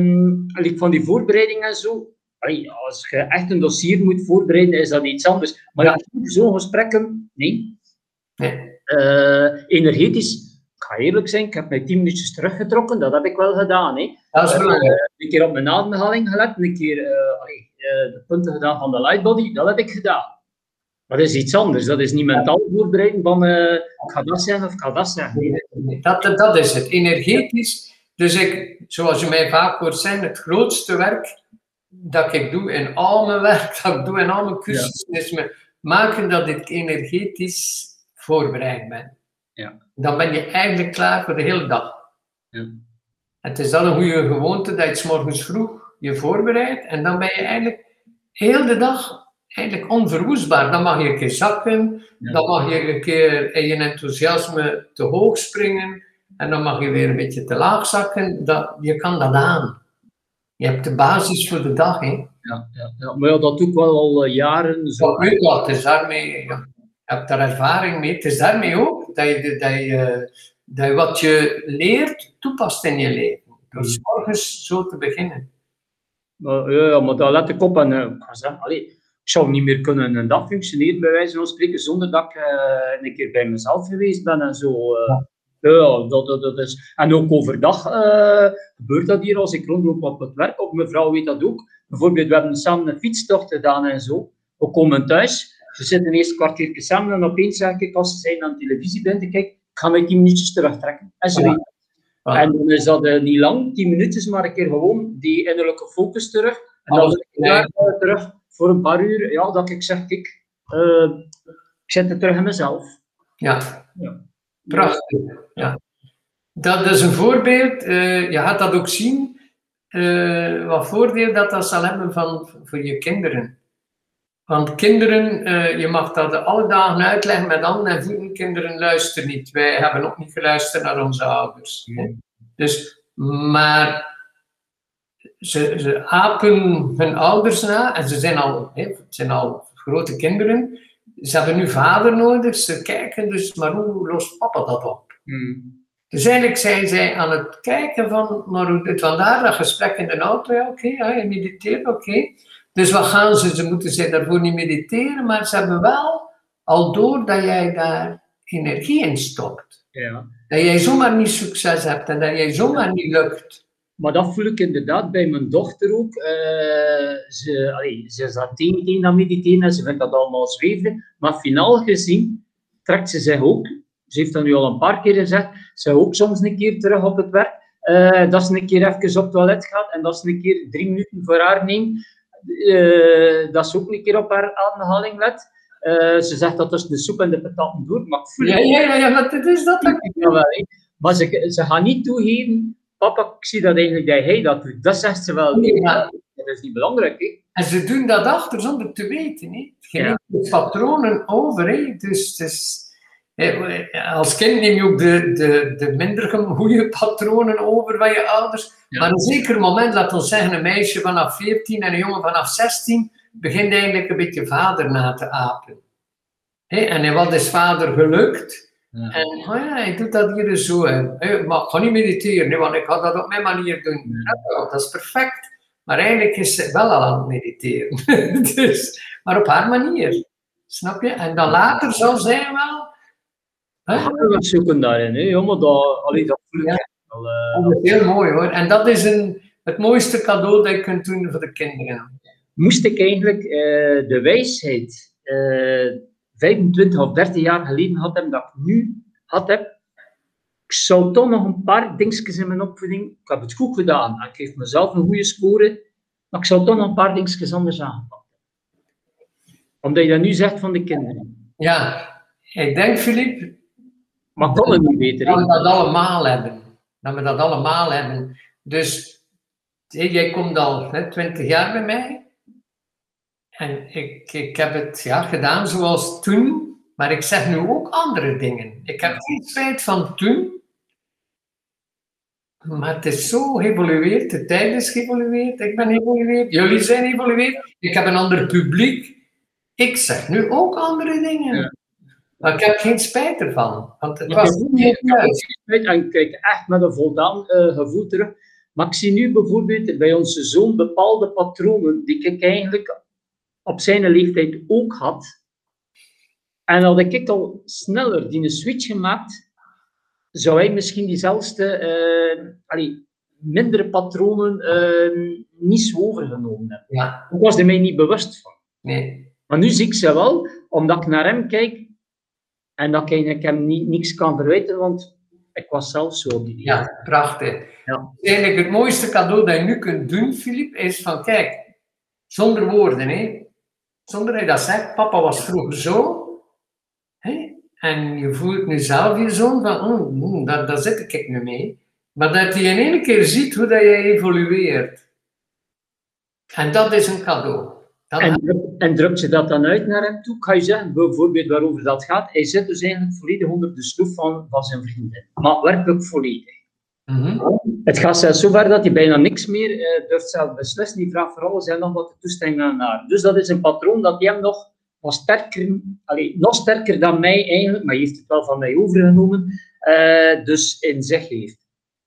uh, van die voorbereiding en zo, allee, als je echt een dossier moet voorbereiden, is dat iets anders. Maar ja, zo'n gesprekken, nee. Nee. Uh, energetisch, ik ga eerlijk zijn, ik heb mij tien minuutjes teruggetrokken, dat heb ik wel gedaan. Hè. Dat is belangrijk. Uh, een keer op mijn ademhaling gelet, een keer uh, allee, uh, de punten gedaan van de lightbody, dat heb ik gedaan. Dat is iets anders, dat is niet mentaal voorbereiden van uh, ik ga dat zeggen of ik ga dat zeggen. Nee, nee, dat, dat is het, energetisch. Dus ik, zoals je mij vaak hoort zeggen, het grootste werk dat ik doe in al mijn werk, dat ik doe in al mijn cursussen, ja. is me maken dat ik energetisch voorbereid ben. Ja. Dan ben je eigenlijk klaar voor de hele dag. Ja. Het is dan een goede gewoonte dat je 's morgens vroeg je voorbereidt en dan ben je eigenlijk heel de dag eigenlijk onverwoestbaar. Dan mag je een keer zakken, ja. dan mag je een keer in je enthousiasme te hoog springen en dan mag je weer een beetje te laag zakken. Dat, je kan dat aan. Je hebt de basis voor de dag. Hè? Ja, ja, ja. Maar ja, dat doe ik wel al uh, jaren. Zo. Dat weet wat, het is daarmee... Ja. Je hebt daar ervaring mee. Het is daarmee ook dat je, dat je, dat je wat je leert toepast in je leven. Dus morgens zo te beginnen. Maar, ja, maar dat let ik op. En, uh, ik, ga zeggen, allee, ik zou niet meer kunnen een dag functioneren, bij wijze van spreken, zonder dat ik uh, een keer bij mezelf geweest ben en zo. Uh, ja, dat, dat, dat is... En ook overdag uh, gebeurt dat hier als ik rondloop op het werk. Of mijn vrouw weet dat ook. Bijvoorbeeld, we hebben samen een fietstocht gedaan en zo. We komen thuis. Ze zitten eerst een kwartier samen en opeens zeg ik, als ze zijn aan de televisie bent, kijk, ik ga mij tien minuutjes terugtrekken. En ze weten. Ja. Ja. En dan is dat uh, niet lang, tien minuutjes, maar een keer gewoon die innerlijke focus terug. En dan ben ik daar uh, terug voor een paar uur, ja, dat ik zeg, kijk, uh, ik zit er terug in mezelf. Ja, ja. Prachtig. Ja. Dat is een voorbeeld, uh, je gaat dat ook zien, uh, wat voordeel dat dat zal hebben van, voor je kinderen. Want kinderen, uh, je mag dat alle dagen uitleggen met handen en voeten, kinderen luisteren niet. Wij hebben ook niet geluisterd naar onze ouders. Mm. Dus, maar ze, ze apen hun ouders na en ze zijn al, hè, het zijn al grote kinderen. Ze hebben nu vader nodig, ze kijken dus, maar hoe lost papa dat op? Mm. Dus eigenlijk zijn zij aan het kijken van, maar hoe dit vandaar, dat gesprek in de auto, ja, oké, okay, ja, je mediteert, oké. Okay. Dus wat gaan ze, ze moeten zij daarvoor niet mediteren, maar ze hebben wel al door dat jij daar energie in stopt. Ja. Dat jij zomaar niet succes hebt en dat jij zomaar niet lukt. Maar dat voel ik inderdaad bij mijn dochter ook. Uh, ze, allee, ze is daar tegen, tegen dat mediteren en ze vindt dat allemaal zweven. Maar finaal gezien trekt ze zich ook, ze heeft dat nu al een paar keer gezegd, ze ook soms een keer terug op het werk. Uh, dat ze een keer even op het toilet gaat en dat ze een keer drie minuten voor haar neemt. Uh, dat ze ook een keer op haar ademhaling let. Uh, ze zegt dat tussen de soep en de pataten door, maar ik voel ja, ja, ja, ja, maar het is dat ook. Ja, wel, hè. Maar ze, ze gaan niet toegeven, papa, ik zie dat eigenlijk dat hij dat doet. Dat zegt ze wel. Nee, maar... Dat is niet belangrijk, hè. En ze doen dat achter zonder te weten, hè. Je neemt ja. de patronen over, hè. Dus, dus als kind neem je ook de, de, de minder goede patronen over van je ouders. Ja. Maar op een zeker moment, laat ons zeggen, een meisje vanaf veertien en een jongen vanaf zestien, begint eigenlijk een beetje vader na te apen. He, en wat is vader gelukt? Ja. En oh ja, hij doet dat hier zo. He, maar ik ga niet mediteren, he, want ik ga dat op mijn manier doen. Ja, dat is perfect. Maar eigenlijk is ze wel al aan het mediteren. Dus, maar op haar manier. Snap je? En dan later zal zij wel... We zoeken daarin, hè? Ja, maar dat, allee, dat voel ik ja. wel. Uh, dat is heel mooi hoor. En dat is een, het mooiste cadeau dat je kunt doen voor de kinderen. Moest ik eigenlijk uh, de wijsheid uh, vijfentwintig of dertig jaar geleden had hebben, dat ik nu had heb, ik zou toch nog een paar dingetjes in mijn opvoeding, ik heb het goed gedaan, ik geef mezelf een goede score, maar ik zou toch nog een paar dingetjes anders aangepakt hebben. Omdat je dat nu zegt van de kinderen. Ja, ik denk, Filip, maar kon het niet beter. Dat we dat allemaal hebben. Dat we dat allemaal hebben. Dus, jij komt al hè, twintig jaar bij mij. En ik, ik heb het ja, gedaan zoals toen. Maar ik zeg nu ook andere dingen. Ik heb geen spijt van toen. Maar het is zo geëvolueerd. De tijd is geëvolueerd. Ik ben geëvolueerd. Jullie zijn geëvolueerd. Ik heb een ander publiek. Ik zeg nu ook andere dingen. Ja. Maar ik heb geen spijt ervan. Want het was niet heel juist. En ik kijk echt met een voldaan uh, gevoel terug. Maar ik zie nu bijvoorbeeld bij onze zoon bepaalde patronen die ik eigenlijk op zijn leeftijd ook had. En had ik al sneller die een switch gemaakt, zou hij misschien diezelfde, uh, allee, mindere patronen uh, niet zo overgenomen hebben. Ja. Ik was er mij niet bewust van. Nee. Maar nu zie ik ze wel, omdat ik naar hem kijk en dat ik hem niet, niks kan verwijten, want ik was zelf zo. Die ja, prachtig. Ja. Eigenlijk het mooiste cadeau dat je nu kunt doen, Filip, is van kijk, zonder woorden, hè. Zonder dat je dat zegt, papa was vroeger zo, hè? En je voelt nu zelf je zoon van, oh, mm, daar, daar zit ik nu mee. Maar dat hij in één keer ziet hoe dat jij evolueert. En dat is een cadeau. Dat en, druk, en drukt je dat dan uit naar hem toe? Kan je zeggen, bijvoorbeeld waarover dat gaat, hij zit dus eigenlijk volledig onder de sloef van, van zijn vriendin. Maar werkelijk volledig. Mm-hmm. Het gaat zelfs zover dat hij bijna niks meer uh, durft zelf beslissen. Die vraagt voor alles en nog wat de toestemming aan haar. Dus dat is een patroon dat hij hem nog, nog, sterker, allez, nog sterker dan mij eigenlijk, maar hij heeft het wel van mij overgenomen, uh, dus in zich heeft.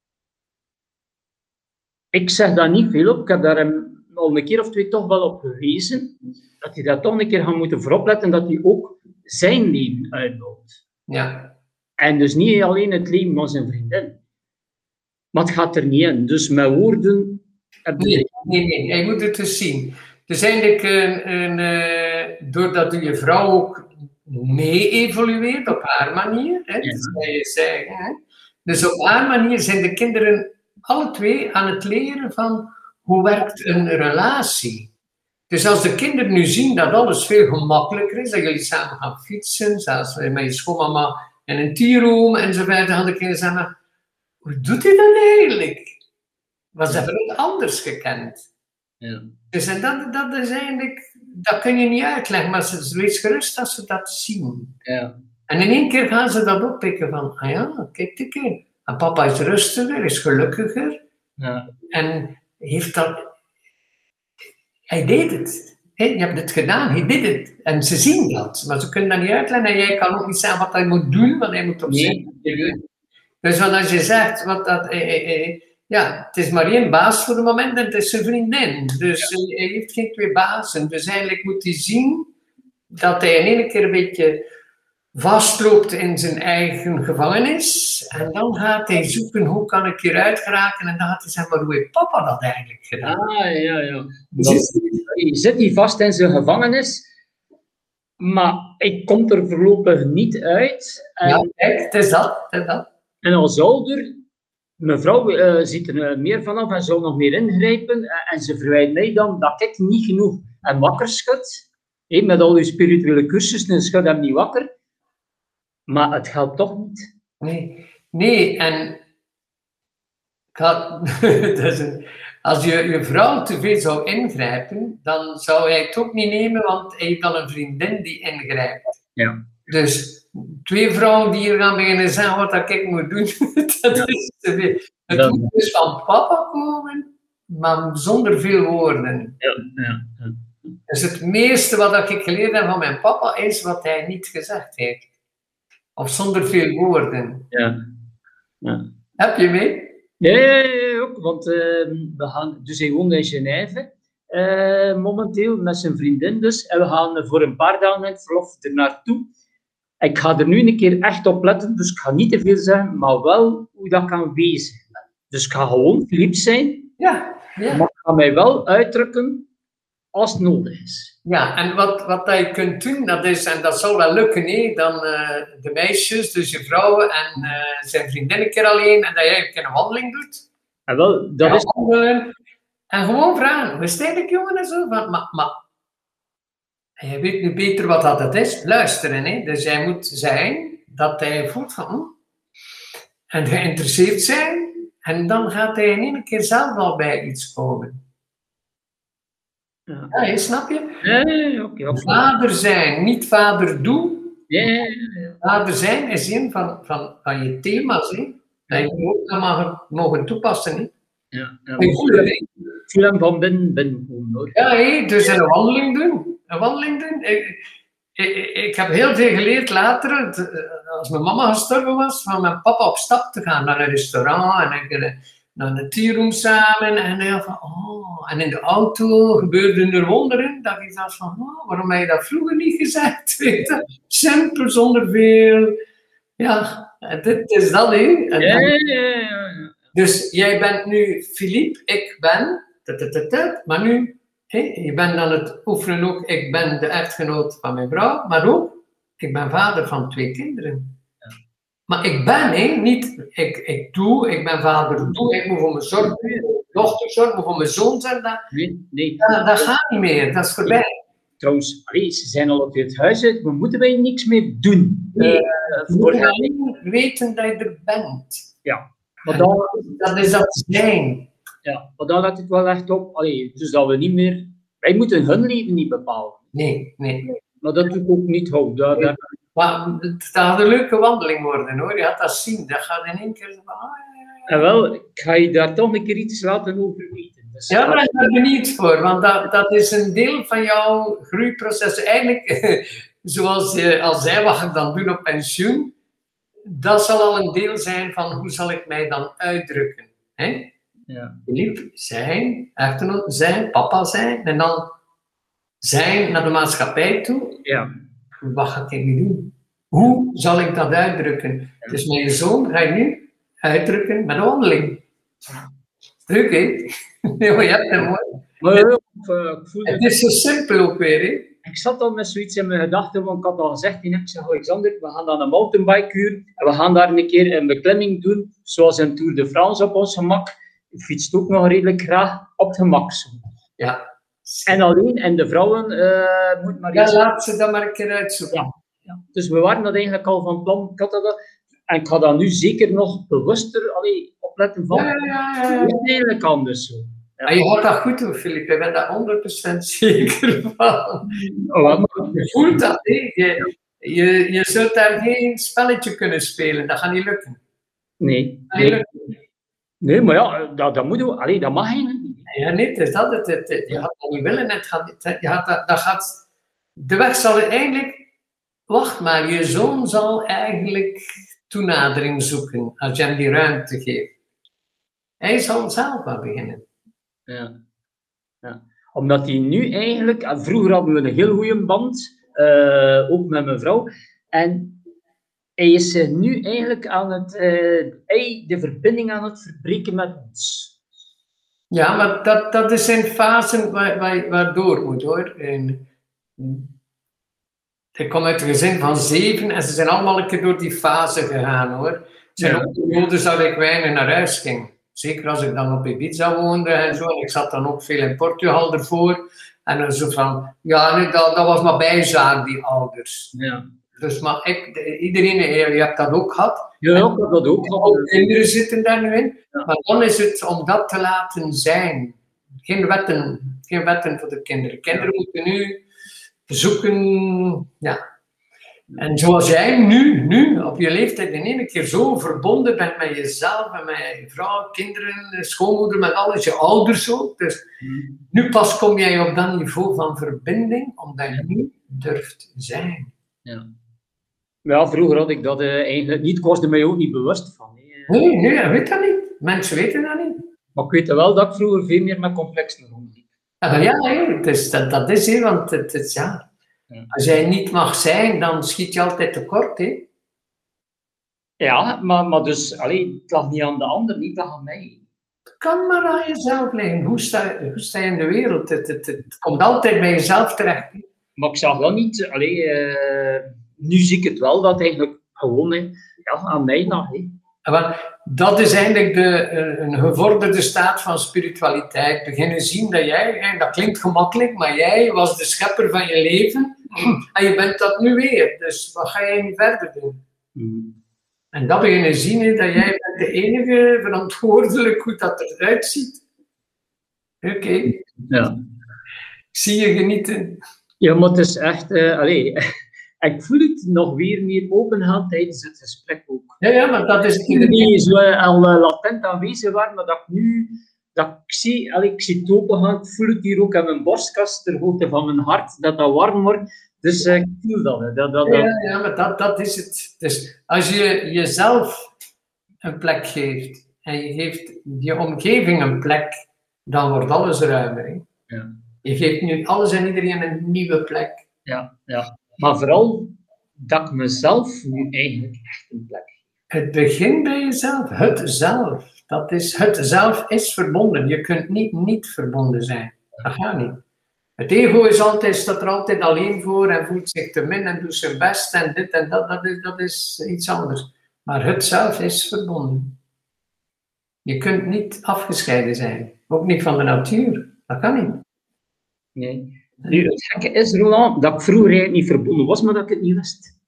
Ik zeg daar niet veel op. Ik heb daar hem al een keer of twee toch wel op gewezen. Dat hij daar toch een keer gaat moeten voor opletten dat hij ook zijn leven uitbouwt. Ja. En dus niet alleen het leven van zijn vriendin. Maar het gaat er niet in. Dus met woorden... Nee, nee, nee. Je moet het dus zien. Dus eigenlijk, een, een, uh, doordat je vrouw ook mee evolueert op haar manier, hè, ja. Dat zou je zeggen, hè. Dus op haar manier zijn de kinderen alle twee aan het leren van hoe werkt een relatie. Dus als de kinderen nu zien dat alles veel gemakkelijker is, dat jullie samen gaan fietsen, zelfs met je schoonmama in een tearoom enzovoort, dan gaan de kinderen zeggen, hoe doet hij dat eigenlijk? Maar ze hebben het anders gekend. Ja. Dus en dat, dat is eigenlijk, dat kun je niet uitleggen, maar ze, wees gerust als ze dat zien. Ja. En in één keer gaan ze dat oppikken van, ah ja, kijk een keer. En papa is rustiger, is gelukkiger. Ja. En heeft dat, hij deed het. Hey, je hebt het gedaan, hij deed het. En ze zien dat, maar ze kunnen dat niet uitleggen. En jij kan ook niet zeggen wat hij moet doen, want hij moet op zijn. Nee. Dus wat als je zegt, wat dat, eh, eh, eh, ja, het is maar één baas voor het moment en het is zijn vriendin. Dus ja. Hij heeft geen twee bazen. Dus eigenlijk moet hij zien dat hij in één keer een beetje vastloopt in zijn eigen gevangenis. En dan gaat hij zoeken, hoe kan ik hieruit geraken? En dan gaat hij zeggen, maar hoe heeft papa dat eigenlijk gedaan? Ah, ja, ja. Dus, je zit niet vast in zijn gevangenis, maar ik kom er voorlopig niet uit. En, ja, kijk, het is dat, het is dat. En als ouder, mevrouw uh, ziet er uh, meer vanaf en zou nog meer ingrijpen. Uh, en ze verwijt mij dan dat ik niet genoeg en wakker schud. Hey, met al je spirituele cursussen, en schud hem niet wakker. Maar het helpt toch niet. Nee, nee, en ik had- dat is een- als je, je vrouw te veel zou ingrijpen, dan zou hij het ook niet nemen, want hij heeft al een vriendin die ingrijpt. Ja. Dus twee vrouwen die hier gaan beginnen zeggen wat dat ik moet doen, dat Ja. is te veel. Het Ja. moet dus van papa komen, maar zonder veel woorden. Ja, ja, ja. Dus het meeste wat ik geleerd heb van mijn papa is wat hij niet gezegd heeft. Of zonder veel woorden. Ja. Ja. Heb je mee? Nee, ook, want uh, we gaan, dus hij woont in Genève, uh, momenteel, met zijn vriendin dus. En we gaan voor een paar dagen in het verlof er naartoe. Ik ga er nu een keer echt op letten, dus ik ga niet te veel zeggen, maar wel hoe dat kan wezen. Dus ik ga gewoon Philippe zijn, Ja, ja. maar ik ga mij wel uitdrukken als het nodig is. Ja, en wat, wat dat je kunt doen, dat is, en dat zal wel lukken, hè, dan uh, de meisjes, dus je vrouwen en uh, zijn vriendin een keer alleen, en dat jij een keer een wandeling doet. En wel, dat ja, is... wandelen, en gewoon vragen, hoe is het eigenlijk, jongen, en zo, maar, maar, maar je weet nu beter wat dat is, luisteren, hè. Dus jij moet zijn dat hij voelt van, hm, en geïnteresseerd zijn, en dan gaat hij in één keer zelf al bij iets komen. Ja, ja je snap je? Nee, oké. Okay, vader zijn, niet vader doen. Ja, ja, ja. Vader zijn is een van, van, van je thema's, hè. Dat je ook kan mogen, mogen toepassen, hè. Ja, ja. Ik voel het, ik voel hem van binnen, binnen gewoon, hoor. Ja, hé, dus een wandeling doen. Een wandeling doen. Ik, ik, ik heb heel veel geleerd later, als mijn mama gestorven was, van mijn papa op stap te gaan naar een restaurant en ik, naar een tearoom samen. En hij van, oh, en in de auto gebeurden er wonderen. Dat ik dacht van, oh, waarom heb je dat vroeger niet gezegd? Weet je? Simpel, zonder veel. Ja, dit is dat, hè. En Ja, dan, ja, ja, ja. Dus jij bent nu Philippe, ik ben, tut, maar nu, hé, je bent aan het oefenen ook, ik ben de echtgenoot van mijn vrouw, maar ook, ik ben vader van twee kinderen. Ja. Maar ik ben, hé, niet, ik, ik doe, ik ben vader, doe, ik moet voor mijn zorg, dochter zorgen, moet voor mijn zoon zijn, dat, Nee, nee. dat, dat gaat niet meer, dat is voorbij. Trouwens, allee, ze zijn al op het huis uit, maar moeten wij niks meer doen? Nee, uh, je moet alleen weten dat je er bent. Ja. Maar dan, dat is dat zijn. Ja, maar dan let ik wel echt op, allee, dus dat we niet meer... Wij moeten hun leven niet bepalen. Nee, nee. Maar dat doe ik ook niet, hoor. Dat, nee. Dat... Maar het gaat een leuke wandeling worden, hoor. Je gaat dat zien. Dat gaat in één keer... Ah, ja, ja. En wel, ik ga je daar toch een keer iets laten over weten. Dus ja, daar ben ik daar benieuwd voor, want dat, dat is een deel van jouw groeiproces. Eigenlijk, zoals je al zei, wat ga ik dan doen op pensioen? Dat zal al een deel zijn van hoe zal ik mij dan uitdrukken. Hè? Ja. Philippe, zijn, echtgenoot zijn, papa zijn, en dan zijn naar de maatschappij toe. Ja. Wat ga ik nu doen? Hoe zal ik dat uitdrukken? Ja. Dus mijn zoon ga je nu uitdrukken met een wandeling. Leuk, hè? Ja, je hebt hem mooi. Maar, het, uh, ik voel het is zo simpel ook weer, hè? Ik zat al met zoiets in mijn gedachten, want ik had al gezegd, ik zei, Alexander, we gaan dan een mountainbike-uur en we gaan daar een keer een beklimming doen, zoals een Tour de France op ons gemak. Ik fietst ook nog redelijk graag op het gemak. Zo. Ja. En alleen, en de vrouwen uh, moet maar ja, iets... laat ze dat maar een keer uitzoeken. Ja. Ja. Dus we waren dat eigenlijk al van plan. Ik had dat, en ik ga daar nu zeker nog bewuster allee, opletten van. Ja, ja, ja. Het is eigenlijk anders zo. Ja. Maar je gaat dat goed doen, Philippe. Ik ben daar honderd procent zeker van. Oh, maar... Je voelt dat, hè? Je, je, je zult daar geen spelletje kunnen spelen. Dat gaat niet lukken. Nee. Dat gaat niet nee. lukken. Nee, maar ja, dat, dat, moet, allee, dat mag eigenlijk niet. Ja, nee, het is dat. Het, het, het, je gaat dat niet willen. Het gaat, het, je gaat, dat, dat gaat, de weg zal eigenlijk... Wacht maar, je zoon zal eigenlijk toenadering zoeken als je hem die ruimte geeft. Hij zal zelf wel beginnen. Ja. Ja. Omdat hij nu eigenlijk... Vroeger hadden we een heel goede band, uh, ook met mijn vrouw. En hij is uh, nu eigenlijk aan het... Uh, hij de verbinding aan het verbreken met ons. Ja, maar dat, dat is een fase waar, waar, waardoor moet, hoor. En, ik kom uit een gezin van zeven en ze zijn allemaal een keer door die fase gegaan, hoor. Het zijn ja. ook periodes dat ik weinig naar huis ging. Zeker als ik dan op Ibiza woonde en zo. En ik zat dan ook veel in Portugal ervoor. En dan zo van, ja, nee, dat, dat was maar bijzaak, die ouders. Ja. Dus maar ik, iedereen, je hebt dat ook gehad. Ja, ik heb dat ook gehad. Alle kinderen zitten daar nu in. Ja. Maar dan is het om dat te laten zijn. Geen wetten, geen wetten voor de kinderen. Kinderen moeten nu zoeken, ja. En zoals jij nu, nu, op je leeftijd in één keer zo verbonden bent met jezelf, en met je vrouw, kinderen, schoonmoeder, met alles, je ouders ook. Dus Mm. nu pas kom jij op dat niveau van verbinding, omdat je nu durft zijn. Ja. Ja, vroeger had ik dat uh, eigenlijk niet. Ik was er mij ook niet bewust van. Hè. Nee, nee, je weet dat niet. Mensen weten dat niet. Maar ik weet wel dat ik vroeger veel meer met complexen rondliep. Ja, maar ja, hè, dus dat, dat is hè, want het, het, ja. Ja. Als jij niet mag zijn, dan schiet je altijd tekort. Hè. Ja, maar, maar dus, allee, het lag niet aan de ander, niet lag aan mij. Het kan maar aan jezelf liggen. Hoe sta, hoe sta je in de wereld? Het, het, het komt altijd bij jezelf terecht. Hè. Maar ik zag wel niet, allee, uh, nu zie ik het wel, dat eigenlijk gewoon hè, ja, aan mij lag. Hè. Want dat is eigenlijk de, een gevorderde staat van spiritualiteit. Beginnen zien dat jij, en dat klinkt gemakkelijk, maar jij was de schepper van je leven en je bent dat nu weer. Dus wat ga jij nu verder doen? Mm. En dat beginnen zien is dat jij bent de enige verantwoordelijk hoe dat eruit ziet. Oké. Okay. Ja. Ik zie je genieten. Ja, maar het is echt, uh, allee, ik voel het nog weer meer opengaan tijdens het gesprek ook. Ja, ja, maar dat is het die zo al uh, latent aanwezig waren, maar dat ik nu, dat ik zie, allee, ik zie het opengaan, ik voel het hier ook aan mijn borstkast, ter hoogte van mijn hart, dat dat warm wordt. Dus uh, ik voel dat. Hè. dat, dat, dat. Ja, ja, maar dat, dat is het. Dus als je jezelf een plek geeft en je geeft je omgeving een plek, dan wordt alles ruimer. Hè? Ja. Je geeft nu alles en iedereen een nieuwe plek. Ja, ja. Maar vooral dat ik mezelf nu eigenlijk echt een plek geef. Het begint bij jezelf, het zelf. Dat is, het zelf is verbonden. Je kunt niet niet verbonden zijn. Dat gaat niet. Het ego is altijd, staat er altijd alleen voor en voelt zich te min en doet zijn best en dit en dat. Dat is, dat is iets anders. Maar het zelf is verbonden. Je kunt niet afgescheiden zijn. Ook niet van de natuur. Dat kan niet. Nee. Nu, het gekke is, Roland, dat ik vroeger eigenlijk niet verbonden was, maar dat ik het niet wist.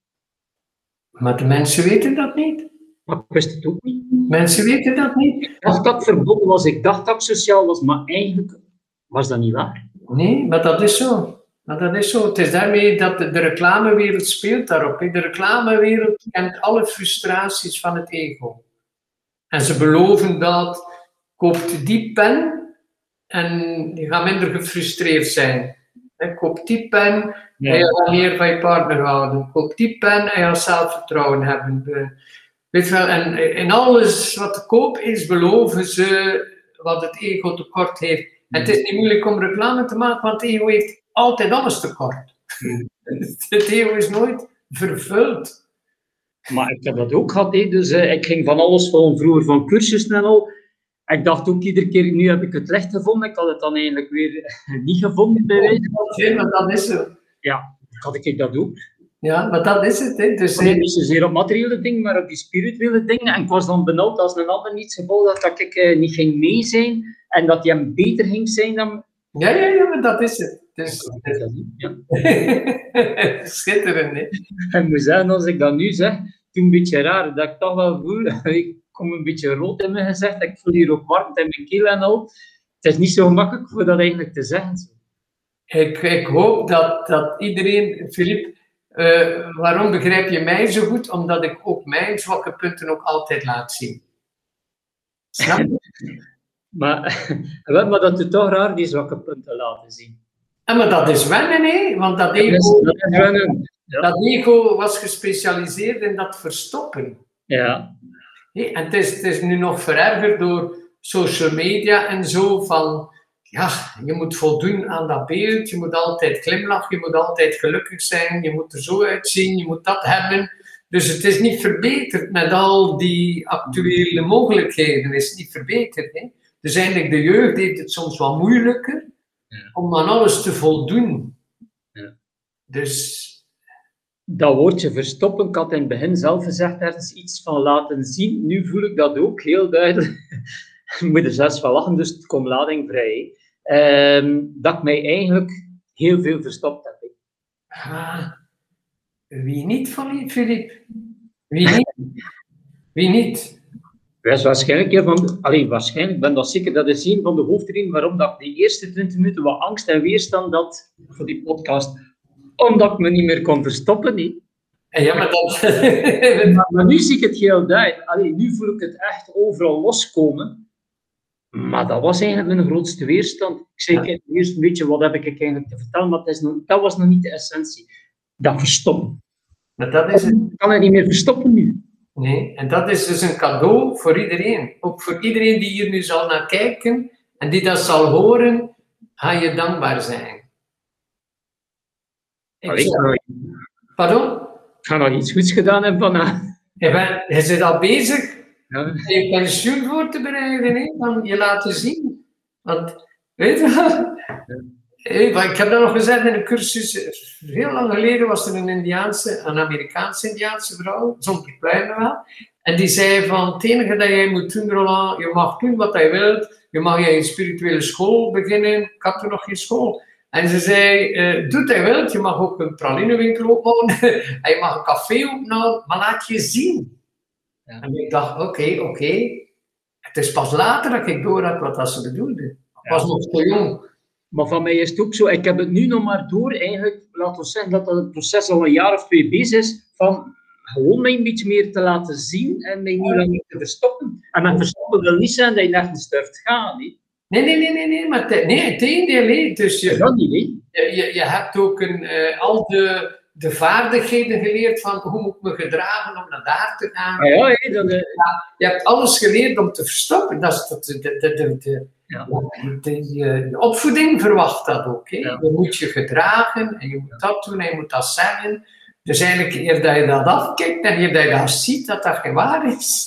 Maar de mensen weten dat niet. Maar ik wist het ook niet. Mensen weten dat niet. Ik dacht dat ik verbonden was, ik dacht dat ik sociaal was, maar eigenlijk was dat niet waar. Nee, maar dat is zo. Maar dat is zo. Het is daarmee dat de, de reclamewereld speelt daarop. De reclamewereld kent alle frustraties van het ego. En ze beloven dat, koopt die pen en je gaat minder gefrustreerd zijn. Koop die pen Ja. en je gaat meer van je partner houden. Koop die pen en je gaat zelfvertrouwen hebben. Weet je wel, en in alles wat te koop is, beloven ze wat het ego tekort heeft. En het is niet moeilijk om reclame te maken, want het ego heeft altijd alles tekort. Mm. Het ego is nooit vervuld. Maar ik heb dat ook gehad, hè. Dus uh, ik ging van alles van vroeger van cursussen en al. Ik dacht ook iedere keer, nu heb ik het licht gevonden. Ik had het dan eigenlijk weer niet gevonden bij wijze van. Ja, maar dat is zo. Ja, had ik dat ook. Ja, maar dat is het. Hè. Dus, Nee, niet zozeer op materiële dingen, maar op die spirituele dingen. En ik was dan benauwd als een ander niet het geval dat, dat ik uh, niet ging mee zijn en dat hij hem beter ging zijn dan. Ja, ja, ja, maar dat is het. Dus, ik dat niet, ja. Schitterend, hè? En ik moet zeggen, als ik dat nu zeg, toen een beetje raar, dat ik toch wel voel, ik kom een beetje rood in mijn gezicht, ik voel hier ook warmte in mijn keel en al. Het is niet zo gemakkelijk voor dat eigenlijk te zeggen. Ik, ik hoop dat, dat iedereen, Filip, uh, waarom begrijp je mij zo goed? Omdat ik ook mijn zwakke punten ook altijd laat zien. Snap je? maar, maar dat is toch raar, die zwakke punten laten zien. En maar dat is wennen, hè? Want dat ego, dat is, dat is wennen. Ja. Dat ego was gespecialiseerd in dat verstoppen. Ja. Hey, en het is, het is nu nog verergerd door social media en zo van, ja, je moet voldoen aan dat beeld, je moet altijd glimlachen, je moet altijd gelukkig zijn, je moet er zo uitzien, je moet dat hebben. Dus het is niet verbeterd met al die actuele mogelijkheden, is het niet verbeterd. Hè? Dus eigenlijk de jeugd heeft het soms wat moeilijker ja. om aan alles te voldoen. Ja. Dus... Dat woordje verstoppen, ik had in het begin zelf gezegd ergens iets van laten zien. Nu voel ik dat ook heel duidelijk. Ik moet er zelfs van lachen, dus het komt ladingvrij. Um, dat ik mij eigenlijk heel veel verstopt heb. Ah, wie niet, Filip? Wie niet? Wie niet? Dat is waarschijnlijk, ja, van, allee, waarschijnlijk, ik ben dat zeker, dat is een van de hoofdredenen waarom dat ik de eerste twintig minuten wat angst en weerstand had voor die podcast. Omdat ik me niet meer kon verstoppen. Niet. Ja, maar, dat... maar, maar nu zie ik het heel duidelijk. Allee, nu voel ik het echt overal loskomen. Maar dat was eigenlijk mijn grootste weerstand. Ik zei, ja. Eerst een beetje, wat heb ik eigenlijk te vertellen, maar dat, is nog, dat was nog niet de essentie. Dat verstoppen. Maar dat is het. Ik kan het niet meer verstoppen nu. Nee, en dat is dus een cadeau voor iedereen. Ook voor iedereen die hier nu zal naar kijken en die dat zal horen, ga je dankbaar zijn. Ik zou... Pardon? Ik ga nog iets goeds gedaan hebben vandaag. Je, bent, je zit al bezig ja. je pensioen voor te bereiden, hè? Dan je laten zien. Want, weet je wel? Ja. Ik heb dat nog gezegd in een cursus, heel lang geleden was er een Indiaanse, een Amerikaanse Indiaanse vrouw, zonder pluimen wel, en die zei van, het enige dat jij moet doen, Roland, je mag doen wat je wilt, je mag je spirituele school beginnen, ik had toen nog geen school. En ze zei, uh, doe wat je wilt, je mag ook een pralinewinkel opbouwen, en je mag een café opbouwen, maar laat je zien. Ja. En ik dacht, oké, okay, oké. Okay. Het is pas later dat ik door had wat dat ze bedoelde. Ik was ja. nog zo jong. Maar van mij is het ook zo, ik heb het nu nog maar door, eigenlijk, laten we zeggen dat het proces al een jaar of twee bezig is, van gewoon mij een beetje meer te laten zien en mij niet langer te verstoppen. En met verstoppen wil niet zijn dat je nergens durft gaan, niet? Nee, nee, nee, nee, nee, maar te, nee, tegendeel, nee. Dus je, dat niet, hè? Je, je, je hebt ook een, uh, al de, de vaardigheden geleerd van hoe moet ik me gedragen om naar daar te gaan. Ah, ja, hé, dat, uh... ja, je hebt alles geleerd om te verstoppen. Dat is dat, de, de, de, de, ja. de, de, de opvoeding verwacht dat ook. Hè? Ja. Je moet je gedragen en je moet dat doen en je moet dat zeggen. Dus eigenlijk, eer dat je dat afkijkt en eer dat je dat ziet, dat dat geen waar is.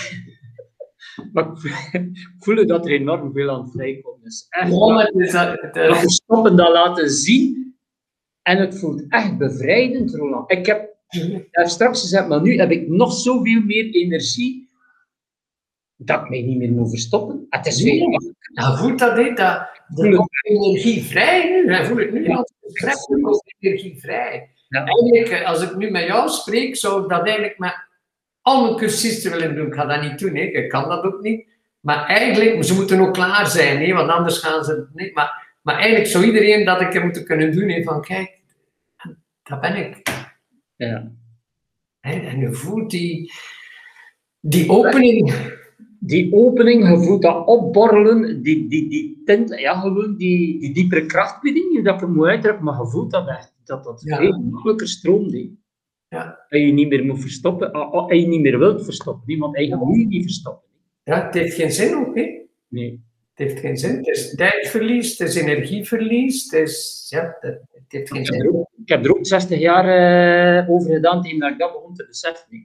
Maar ik voel dat er enorm veel aan het vrijkomen is. Echt, ja, maar het is dat, het, dat verstoppen, dat laten zien. En het voelt echt bevrijdend, Roland. Ik heb daar straks gezegd, maar nu heb ik nog zoveel meer energie dat ik mij niet meer moet verstoppen. Het is veel. Ja, ja, voelt dat dit? Dat, de energie vrij nu. Hij voelt het nu als energie vrij. Ja. Eigenlijk, als ik nu met jou spreek, zou ik dat eigenlijk met al mijn cursisten willen doen. Ik ga dat niet doen, hè. Ik kan dat ook niet. Maar eigenlijk, ze moeten ook klaar zijn, hè, want anders gaan ze niet. Maar, maar eigenlijk zou iedereen dat ik moeten kunnen doen, hè, van kijk, dat ben ik. Ja. En je voelt die, die opening. Die opening, je voelt dat opborrelen, die, die, die tint, ja, gewoon die, die diepere krachtbediening, dat ik het moet uitdrukken, maar je voelt dat echt, dat dat ja. veel makkelijker stroomt. He. Ja. En je niet meer moet verstoppen, en je niet meer wilt verstoppen, want eigenlijk moet je niet verstoppen. Ja, het heeft geen zin ook, hè? Nee. Het heeft geen zin. Het is tijdverlies, het is energieverlies, het is, ja, het heeft geen ik zin. Heb ook, ik heb er ook zestig jaar uh, over gedaan tegen dat ik dat begon te beseffen.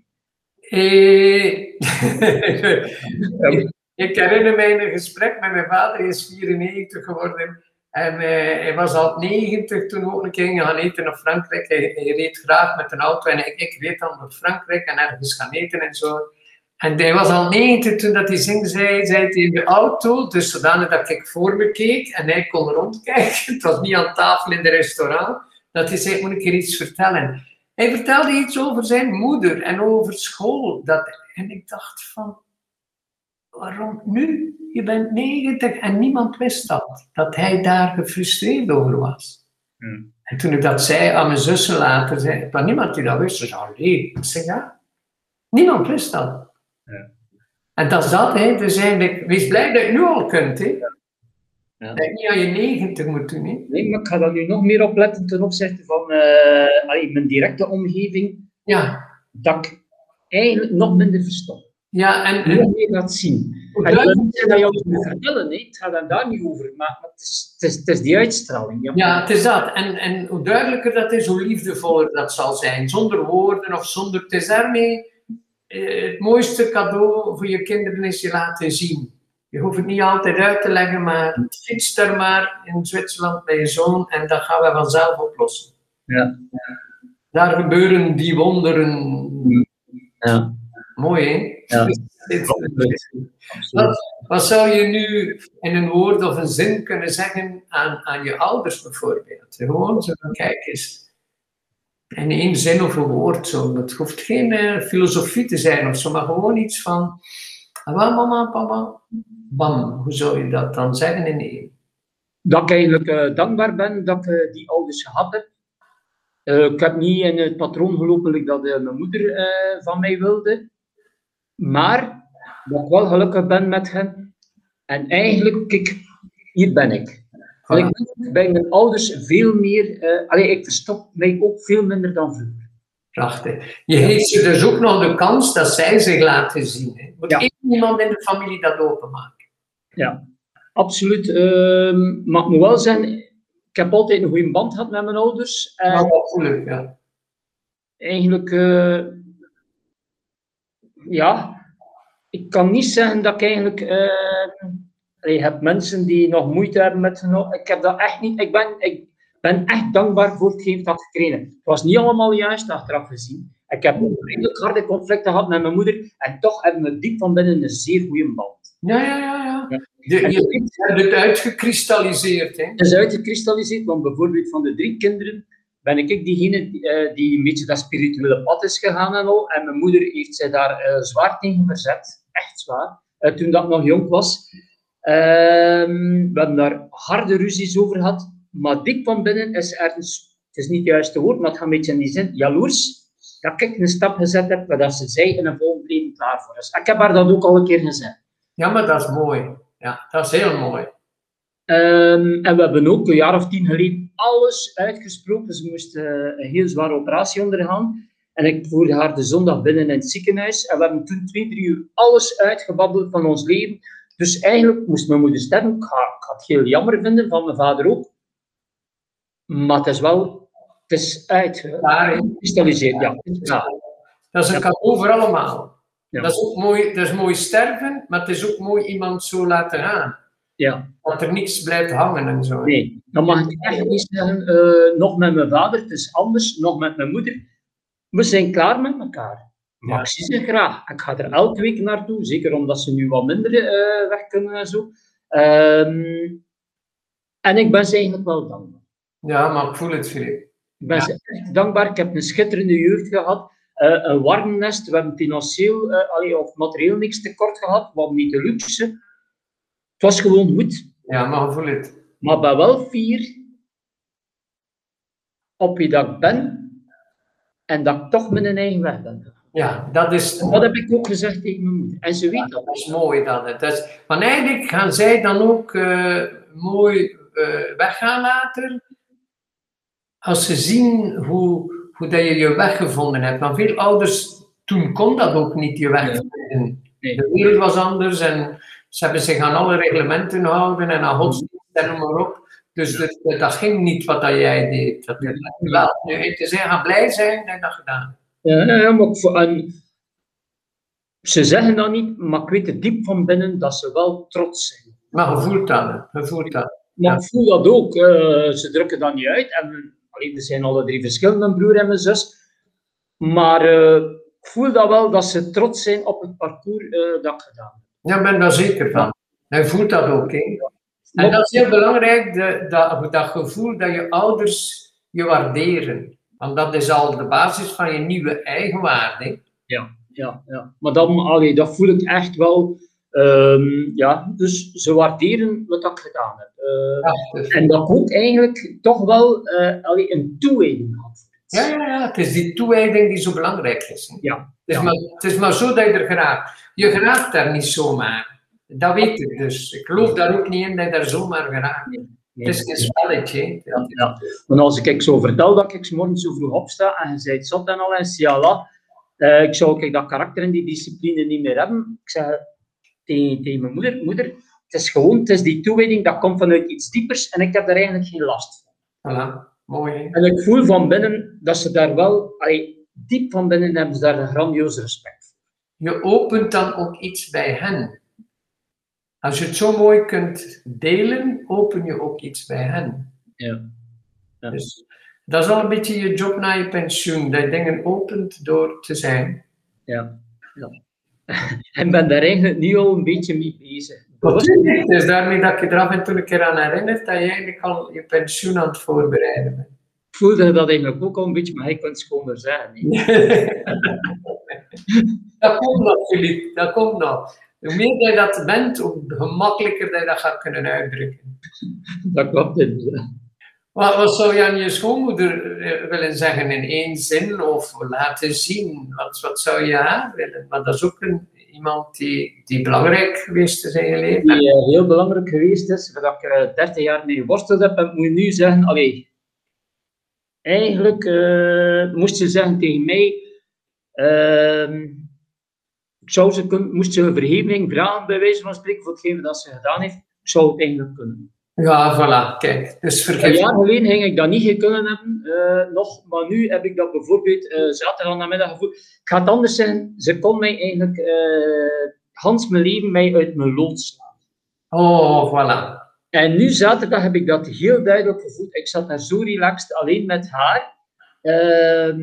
Eh, ik, ik herinner mij een gesprek met mijn vader, hij is vierennegentig geworden. En uh, hij was al negentig toen we ook een keer gaan eten naar Frankrijk. Hij, hij reed graag met een auto en ik, ik reed dan naar Frankrijk en ergens gaan eten en zo. En hij was al negentig toen dat hij zing zei, zei hij in de auto, dus zodanig dat ik voor me keek en hij kon rondkijken. Het was niet aan tafel in de restaurant, dat hij zei, ik moet een keer iets vertellen. Hij vertelde iets over zijn moeder en over school. Dat, en ik dacht van, waarom nu? Je bent negentig en niemand wist dat. Dat hij daar gefrustreerd over was. Hmm. En toen ik dat zei aan mijn zussen later, zei ik, maar niemand die dat wist. Ze zei, nee. Ik zei, ja. Niemand wist dat. Ja. En dat is dat, hè. Dus eigenlijk, wees blij dat je nu al kunt, hè. Ja. Ja. Dat je niet aan je negentig moet doen, hè. Nee, maar ik ga daar nu nog meer op letten ten opzichte van uh, allee, mijn directe omgeving. Ja. Dat ik eigenlijk nog minder verstop. Ja, en... en nog meer laat zien. En ik wil niet dat je ons moet vertellen, nee. Het gaat dan daar niet over. Maar het is, het is, het is die uitstraling. Ja, ja het is dat. En, en hoe duidelijker dat is, hoe liefdevoller dat zal zijn. Zonder woorden of zonder... Het is daarmee... Uh, het mooiste cadeau voor je kinderen is je laten zien. Je hoeft het niet altijd uit te leggen, maar fiets er maar in Zwitserland met je zoon en dat gaan we vanzelf oplossen. Ja. Daar gebeuren die wonderen. Ja. Mooi, hè? Ja. Wat, wat zou je nu in een woord of een zin kunnen zeggen aan, aan je ouders bijvoorbeeld? Gewoon zo van, kijk eens, in één zin of een woord zo. Het hoeft geen uh, filosofie te zijn of zo, maar gewoon iets van, ah, mama, papa, bam. Hoe zou je dat dan zeggen in één? Dat ik eigenlijk uh, dankbaar ben dat ik uh, die ouders gehad heb. Uh, ik heb niet in het patroon gelopen dat uh, mijn moeder uh, van mij wilde. Maar dat ik wel gelukkig ben met hen. En eigenlijk, kijk, hier ben ik. Voilà. En ik ben bij mijn ouders veel meer... Uh, allee, ik verstop mij ook veel minder dan vroeger. Prachtig. Je geeft ze dus ook nog de kans dat zij zich laten zien. Hè? Moet ja. één iemand in de familie dat openmaken. Ja, absoluut. Uh, maar ik moet wel zeggen, ik heb altijd een goede band gehad met mijn ouders. En maar dat voel ik, ja. Eigenlijk, uh, ja, ik kan niet zeggen dat ik eigenlijk... Uh, je hebt mensen die nog moeite hebben met hun... Ik heb dat echt niet... Ik ben, ik ben echt dankbaar voor hetgeen dat ik gekregen heb. Het was niet allemaal juist achteraf gezien. Ik heb redelijk harde conflicten gehad met mijn moeder en toch hebben we diep van binnen een zeer goede band. Ja, ja, ja. ja. ja. De, je hebt het uitgekristalliseerd, hè? Het is uitgekristalliseerd, want bijvoorbeeld van de drie kinderen ben ik diegene die, uh, die een beetje dat spirituele pad is gegaan en al. En mijn moeder heeft zich daar uh, zwaar tegen verzet. Echt zwaar. Uh, toen dat ik nog jong was. Uh, we hebben daar harde ruzies over gehad. Maar diep van binnen is ergens, het is niet het juiste woord, maar het gaat een beetje in die zin, jaloers. Dat ik een stap gezet heb, maar dat ze zij in een volgend leven klaar voor is. Ik heb haar dat ook al een keer gezegd. Ja, maar dat is mooi. Ja, dat is heel mooi. Um, en we hebben ook een jaar of tien geleden alles uitgesproken. Ze moest uh, een heel zware operatie ondergaan. En ik voerde haar de zondag binnen in het ziekenhuis. En we hebben toen twee, drie uur alles uitgebabbeld van ons leven. Dus eigenlijk moest mijn moeder sterven. Ik ga, ik ga het heel jammer vinden, van mijn vader ook. Maar het is wel... Het is uitgekristalliseerd, ja. ja. Dat is een cadeau voor allemaal. Ja. Dat is ook mooi, dat is mooi sterven, maar het is ook mooi iemand zo laten gaan. Ja. Dat er niks blijft hangen en zo. Nee, dan mag ik echt niet zeggen, uh, nog met mijn vader, het is anders, nog met mijn moeder. We zijn klaar met elkaar. Maar ja. Ik zie ze graag. Ik ga er elke week naartoe, zeker omdat ze nu wat minder uh, weg kunnen en zo. Um, en ik ben ze eigenlijk wel dankbaar. Ja, maar ik voel het, Filip. Ik ben ja. ze echt dankbaar. Ik heb een schitterende jeugd gehad. Uh, een warm nest. We hebben financieel uh, allee, of materieel niks tekort gehad. We hadden niet de luxe. Het was gewoon goed. Ja, maar ik voel het. Maar ik ben wel fier op wie dat ik ben. En dat ik toch mijn eigen weg ben. Ja, dat is... En dat heb ik ook gezegd tegen mijn moeder. En ze weet ja, dat. Dat is mooi. Dat, dat is, maar eigenlijk gaan zij dan ook uh, mooi uh, weggaan later. Als ze zien hoe, hoe dat je je weg gevonden hebt. Want veel ouders, toen kon dat ook niet, je weg vinden. Nee. De wereld was anders en ze hebben zich aan alle reglementen gehouden en aan godsdienst en noem maar op. Dus dat, dat ging niet wat dat jij deed. Dat, dat, wel, nu, te zeggen, gaan blij zijn, dat je dat gedaan. Ja, ja, maar ik, en, ze zeggen dat niet, maar ik weet het diep van binnen dat ze wel trots zijn. Maar je voelt dat, je voelt dat. Maar ja. Ik voel dat ook. Uh, ze drukken dat niet uit. En, allee, we zijn alle drie verschillend, mijn broer en mijn zus. Maar uh, ik voel dat wel, dat ze trots zijn op het parcours uh, dat ik gedaan heb. Ja, ik ben daar zeker van. Hij voelt dat ook, hè. En dat is heel belangrijk, de, dat, dat gevoel dat je ouders je waarderen. Want dat is al de basis van je nieuwe eigenwaarde. Ja, ja, ja. Maar dan, allee, dat voel ik echt wel. Um, ja, dus ze waarderen wat ik gedaan heb. Uh, ja, dus. En dat ik ook eigenlijk toch wel uh, allee, een toewijding had. Ja, ja, ja, het is die toewijding die zo belangrijk is. Hè? Ja, het, is ja. Maar, het is maar zo dat je er geraakt. Je geraakt daar niet zomaar. Dat weet ik dus. Ik geloof daar ook niet in dat je daar zomaar geraakt. Nee, nee, het is een spelletje. Ja, ja. Maar als ik zo vertel dat ik 's morgens zo vroeg opsta en je zei het zot en al en siala, uh, ik zou ik dat karakter en die discipline niet meer hebben. Ik zeg tegen, tegen mijn moeder, moeder, het is gewoon, het is die toewijding, dat komt vanuit iets diepers en ik heb daar eigenlijk geen last van. Voilà, mooi. Hè? En ik voel van binnen dat ze daar wel, allee, diep van binnen hebben ze daar een grandioos respect voor. Je opent dan ook iets bij hen. Als je het zo mooi kunt delen, open je ook iets bij hen. Ja. Ja. Dus dat is al een beetje je job na je pensioen, dat je dingen opent door te zijn. Ja. Ja. En ben daar eigenlijk nu al een beetje mee bezig. Natuurlijk, het is daarmee dat je er af en toe een keer aan herinnert dat je eigenlijk al je pensioen aan het voorbereiden bent. Ik voelde dat eigenlijk ook al een beetje, maar ik kan het schoner zeggen. Dat komt nog, Philippe, dat komt nog. Hoe meer dat je dat bent, hoe gemakkelijker dat je dat gaat kunnen uitdrukken. Dat klopt inderdaad. Wat, wat zou je aan je schoonmoeder willen zeggen in één zin of laten zien? Wat, wat zou je haar willen? Maar dat is ook een, iemand die, die belangrijk geweest is in je leven. Die uh, heel belangrijk geweest is, waar ik uh, dertig jaar mee geworsteld heb, en moet je nu zeggen, allee, eigenlijk uh, moest ze zeggen tegen mij, uh, ik zou ze kunnen, moest ze een vergeving vragen, bij wijze van spreken, voor hetgeen dat ze gedaan heeft, ik zou het eigenlijk kunnen. Ja, voilà, kijk. Dus vergeef. Een jaar geleden ging ik dat niet kunnen hebben, uh, nog, maar nu heb ik dat bijvoorbeeld uh, zaterdag namiddag gevoeld. Ik ga het anders zeggen, ze kon mij eigenlijk uh, Hans mijn leven mij uit mijn lood slaan. Oh, voilà. En nu zaterdag heb ik dat heel duidelijk gevoeld. Ik zat daar zo relaxed, alleen met haar. Uh,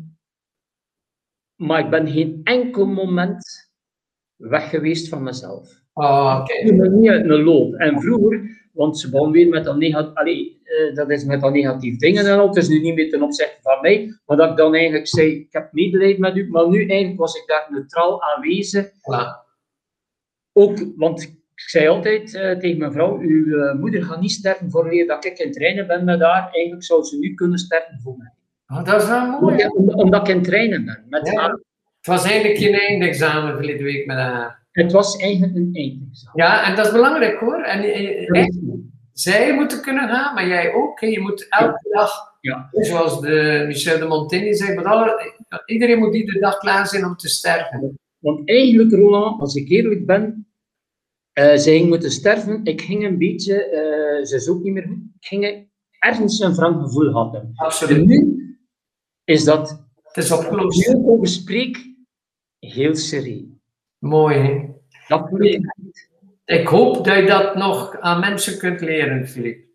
maar ik ben geen enkel moment weg geweest van mezelf. Oh, oké. Ik ben niet uit mijn lood. En vroeger... Want ze begon weer met dat negatief, allee, uh, dat is met dat negatief dingen en al. Het is nu niet meer ten opzichte van mij, maar dat ik dan eigenlijk zei, ik heb medelijden met u, maar nu eigenlijk was ik daar neutraal aanwezig. Voilà. Ook, want ik zei altijd uh, tegen mijn vrouw, uw uh, moeder gaat niet sterven voor dat ik in het trainen ben met haar. Eigenlijk zou ze nu kunnen sterven voor mij. Oh, dat is wel mooi. Om, omdat ik in het trainen ben met ja. haar. Het was eigenlijk geen eindexamen verleden week met haar. Het was eigenlijk een eindexamen. Ja, en dat is belangrijk hoor. En, en, zij moeten kunnen gaan, maar jij ook. Hè. Je moet elke dag, ja. zoals de Michel de Montaigne zegt, met alle, iedereen moet iedere dag klaar zijn om te sterven. Want eigenlijk, Roland, als ik eerlijk ben, uh, zij ging moeten sterven. Ik ging een beetje, uh, ze is ook niet meer goed, ik ging ergens een wrang gevoel hadden. Absoluut. En nu is dat, het is opgelost. Nu over spreek, heel serieus. Mooi, hè? Dat voel ik echt. Ik hoop dat je dat nog aan mensen kunt leren, Philippe.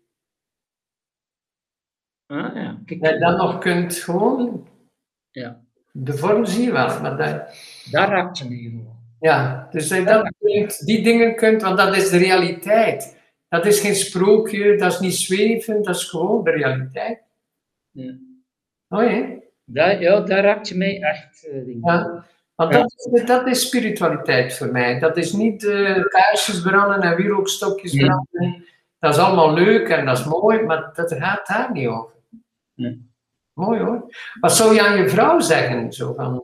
Ah, ja. Kijk, dat je dat nog kunt gewoon... Ja. De vorm zie je wel, maar dat... Daar raakt je mee, gewoon. Ja, dus dat je dat kunt, die dingen kunt, want dat is de realiteit. Dat is geen sprookje, dat is niet zweven, dat is gewoon de realiteit. Ja. Oh ja? Daar, ja, daar raakt je mee echt. Uh, ja. Want dat, ja. dat is spiritualiteit voor mij. Dat is niet uh, kaarsjes branden en wierookstokjes nee. branden. Dat is allemaal leuk en dat is mooi, maar dat gaat daar niet over. Nee. Mooi hoor. Wat zou je aan je vrouw zeggen? Zo van...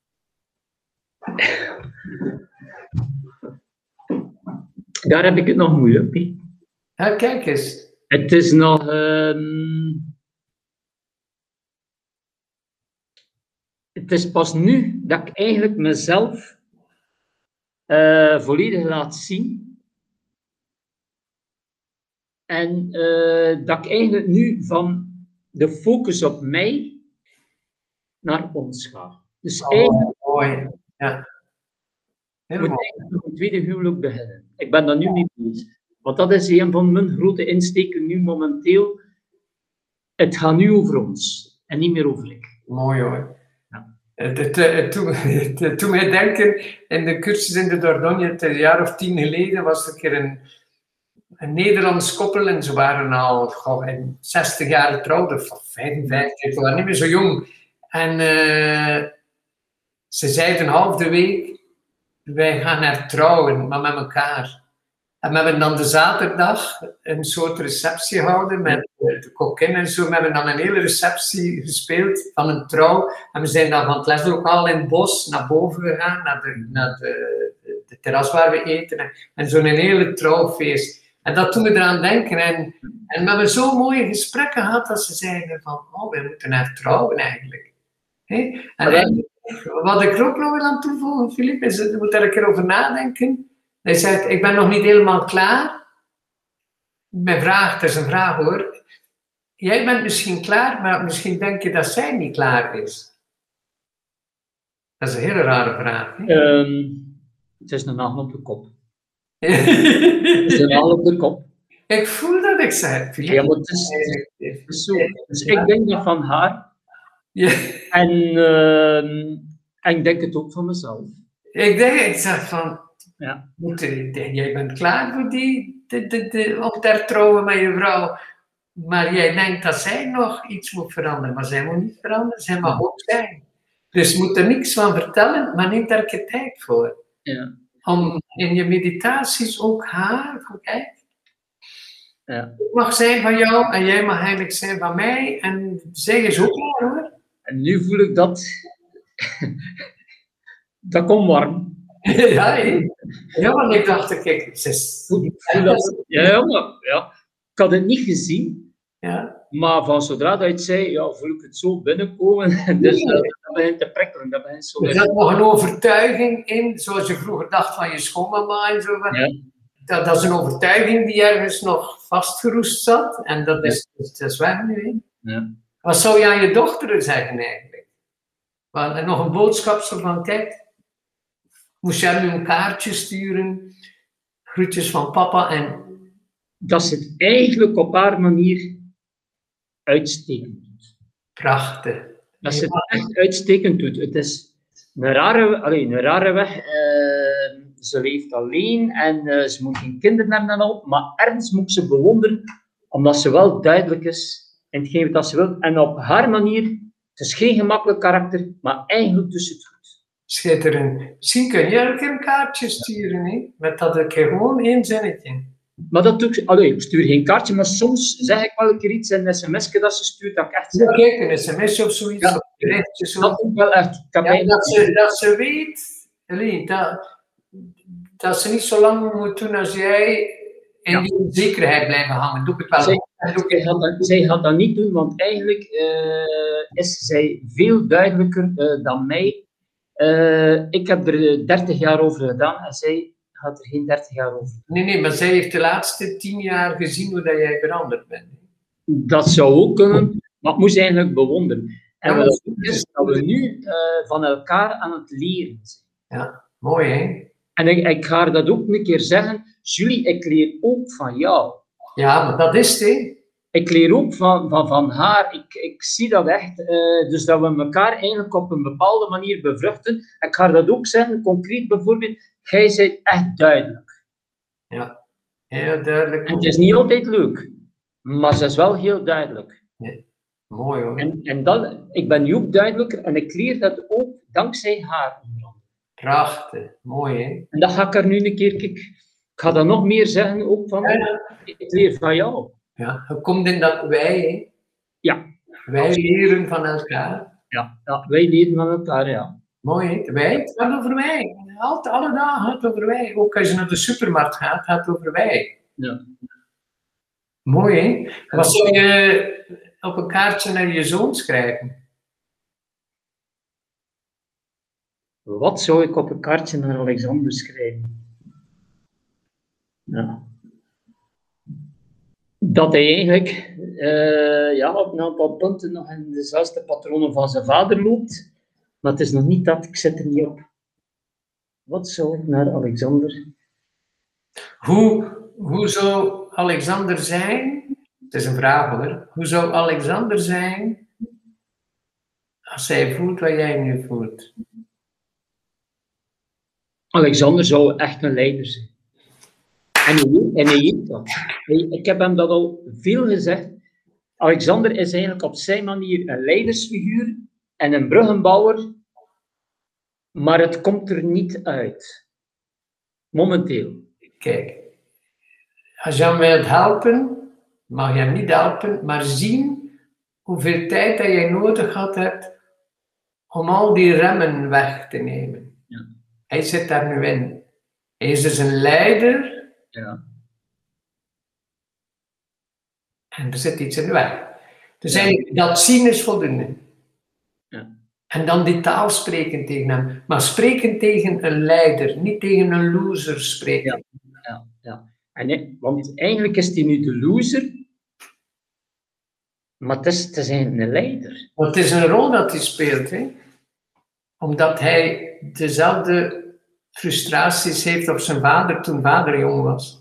Daar heb ik het nog moeilijk mee. Ja, kijk eens. Het is nog... Um... Het is pas nu dat ik eigenlijk mezelf uh, volledig laat zien. En uh, dat ik eigenlijk nu van de focus op mij naar ons ga. Dus oh, eigenlijk mooi. Ja. moet ik eigenlijk nog een tweede huwelijk beginnen. Ik ben daar nu mee bezig. Want dat is een van mijn grote insteken nu momenteel. Het gaat nu over ons en niet meer over ik. Mooi hoor. Toen mij denken, in de cursus in de Dordogne, een jaar of tien geleden, was er een keer een, een Nederlands koppel en ze waren al goh, zestig jaar getrouwd, of vijfenvijftig, ze waren niet meer zo jong. En uh, ze zeiden half de week, wij gaan hertrouwen, maar met elkaar. En we hebben dan de zaterdag een soort receptie gehouden met de kokkin en zo. We hebben dan een hele receptie gespeeld van een trouw. En we zijn dan van het leslokaal in het bos naar boven gegaan, naar de, naar de, de, de terras waar we eten. En, en zo'n hele trouwfeest. En dat toen we eraan denken. En, en we hebben zo mooie gesprekken gehad dat ze zeiden van, oh, we moeten hertrouwen eigenlijk. Hey? En eigenlijk, wat ik er ook nog wil aan toevoegen, Philippe, is, je moet daar een keer over nadenken. Hij zegt, ik ben nog niet helemaal klaar. Mijn vraag, het is een vraag hoor. Jij bent misschien klaar, maar misschien denk je dat zij niet klaar is. Dat is een hele rare vraag. Um, het is een nagel op de kop. Het is een nagel op de kop. Ik voel dat ik zeg. Ja, maar het is, het is zo. Dus ik denk dat van haar. Ja. En, uh, en ik denk het ook van mezelf. Ik denk, ik zeg van, Ja. moet, jij bent klaar voor die, de, de, de, op ter trouwen met je vrouw, maar jij denkt dat zij nog iets moet veranderen, maar zij moet niet veranderen, zij mag ook zijn. Dus je moet er niks van vertellen, maar neem daar een keer tijd voor. Ja. Om in je meditaties ook haar, van kijk, Ja. ik mag zijn van jou en jij mag eigenlijk zijn van mij en zij is ook klaar hoor. En nu voel ik dat, dat komt warm. Ja, hé. Ja, want ik dacht, kijk, ze is... Voel dat, ja, maar, ja, ik had het niet gezien, Ja. maar van zodra dat je het zei, ja, voel ik het zo binnenkomen. Dus uh, dat begint te prikkelen. Dat begint zo er zat nog een overtuiging in, zoals je vroeger dacht van je schoonmama en zo. Ja. Dat, dat is een overtuiging die ergens nog vastgeroest zat en dat is, ja. dat is weg nu. Ja. Wat zou je aan je dochter zeggen eigenlijk? Want, en nog een boodschap zo van, kijk, moest jij nu een kaartje sturen, groetjes van papa en... Dat ze het eigenlijk op haar manier uitstekend doet. Prachtig. Dat ze het echt uitstekend doet. Het is een rare, allez, een rare weg. Uh, ze leeft alleen en uh, ze moet geen kinderen hebben en al, maar ergens moet ze bewonderen, omdat ze wel duidelijk is in hetgeen wat ze wil. En op haar manier, het is geen gemakkelijk karakter, maar eigenlijk doet ze het goed. Schitterend. Misschien kun je elke keer een kaartje sturen, hè? Met dat ik gewoon één zinnetje. Maar dat doe ik, allee, ik stuur geen kaartje, maar soms zeg ik wel een keer iets in een sms'je dat ze stuurt, dat ik echt zeg. Ja, kijk, een sms'je of zoiets, ja, of een berichtje, zo. Dat doe ik wel echt. Ik ja, dat, ze, dat ze weet, Elie, dat, dat ze niet zo lang moet doen als jij in ja. die onzekerheid blijven hangen. Doe ik het wel. Zij, zij, gaat dat, zij gaat dat niet doen, want eigenlijk uh, is zij veel duidelijker uh, dan mij. Uh, ik heb er dertig jaar over gedaan en zij gaat er geen dertig jaar over. Nee, nee, maar zij heeft de laatste tien jaar gezien hoe dat jij veranderd bent. Dat zou ook kunnen, maar het moest eigenlijk bewonderen. En ja, wat ook is dat we nu uh, van elkaar aan het leren zijn. Ja, mooi hè? En ik, ik ga dat ook een keer zeggen, Julie, ik leer ook van jou. Ja, maar dat is het hè? Ik leer ook van, van, van haar, ik, ik zie dat echt, uh, dus dat we elkaar eigenlijk op een bepaalde manier bevruchten. Ik ga dat ook zeggen, concreet bijvoorbeeld, jij bent echt duidelijk. Ja, heel duidelijk. En het is niet altijd leuk, maar ze is wel heel duidelijk. Ja. Mooi hoor. En, en dat, ik ben nu ook duidelijker en ik leer dat ook dankzij haar. Prachtig, mooi hè. En dat ga ik er nu een keer, ik, ik ga dat nog meer zeggen, ook van, ja, ja. Ik leer van jou. Ja, het komt in dat wij, hè. Ja. Wij leren van elkaar. Ja, ja, wij leren van elkaar, ja. Mooi hè, wij, het gaat over wij. Altijd, alle dagen gaat het over wij. Ook als je naar de supermarkt gaat, gaat het over wij. Ja. Mooi hè. Wat zou je op een kaartje naar je zoon schrijven? Wat zou ik op een kaartje naar Alexander schrijven? Ja. Dat hij eigenlijk uh, ja, op een aantal punten nog in dezelfde patronen van zijn vader loopt. Maar het is nog niet dat, ik zet er niet op. Wat zou ik naar Alexander? Hoe, hoe zou Alexander zijn? Het is een vraag hoor. Hoe zou Alexander zijn als hij voelt wat jij nu voelt? Alexander zou echt een leider zijn. En hij, en hij heeft dat. Ik heb hem dat al veel gezegd. Alexander is eigenlijk op zijn manier een leidersfiguur en een bruggenbouwer, maar het komt er niet uit. Momenteel. Kijk, als je hem wilt helpen, mag je hem niet helpen, maar zien hoeveel tijd dat jij nodig gehad hebt om al die remmen weg te nemen. Ja. Hij zit daar nu in. Hij is dus een leider. Ja. En er zit iets in de weg. Dus ja. Eigenlijk, dat zien is voldoende. Ja. En dan die taal spreken tegen hem. Maar spreken tegen een leider, niet tegen een loser spreken. Ja, ja, ja. En nee, want eigenlijk is hij nu de loser, maar het is, het is eigenlijk een leider. Want het is een rol dat hij speelt, hè? Omdat hij dezelfde frustraties heeft op zijn vader toen vader jong was.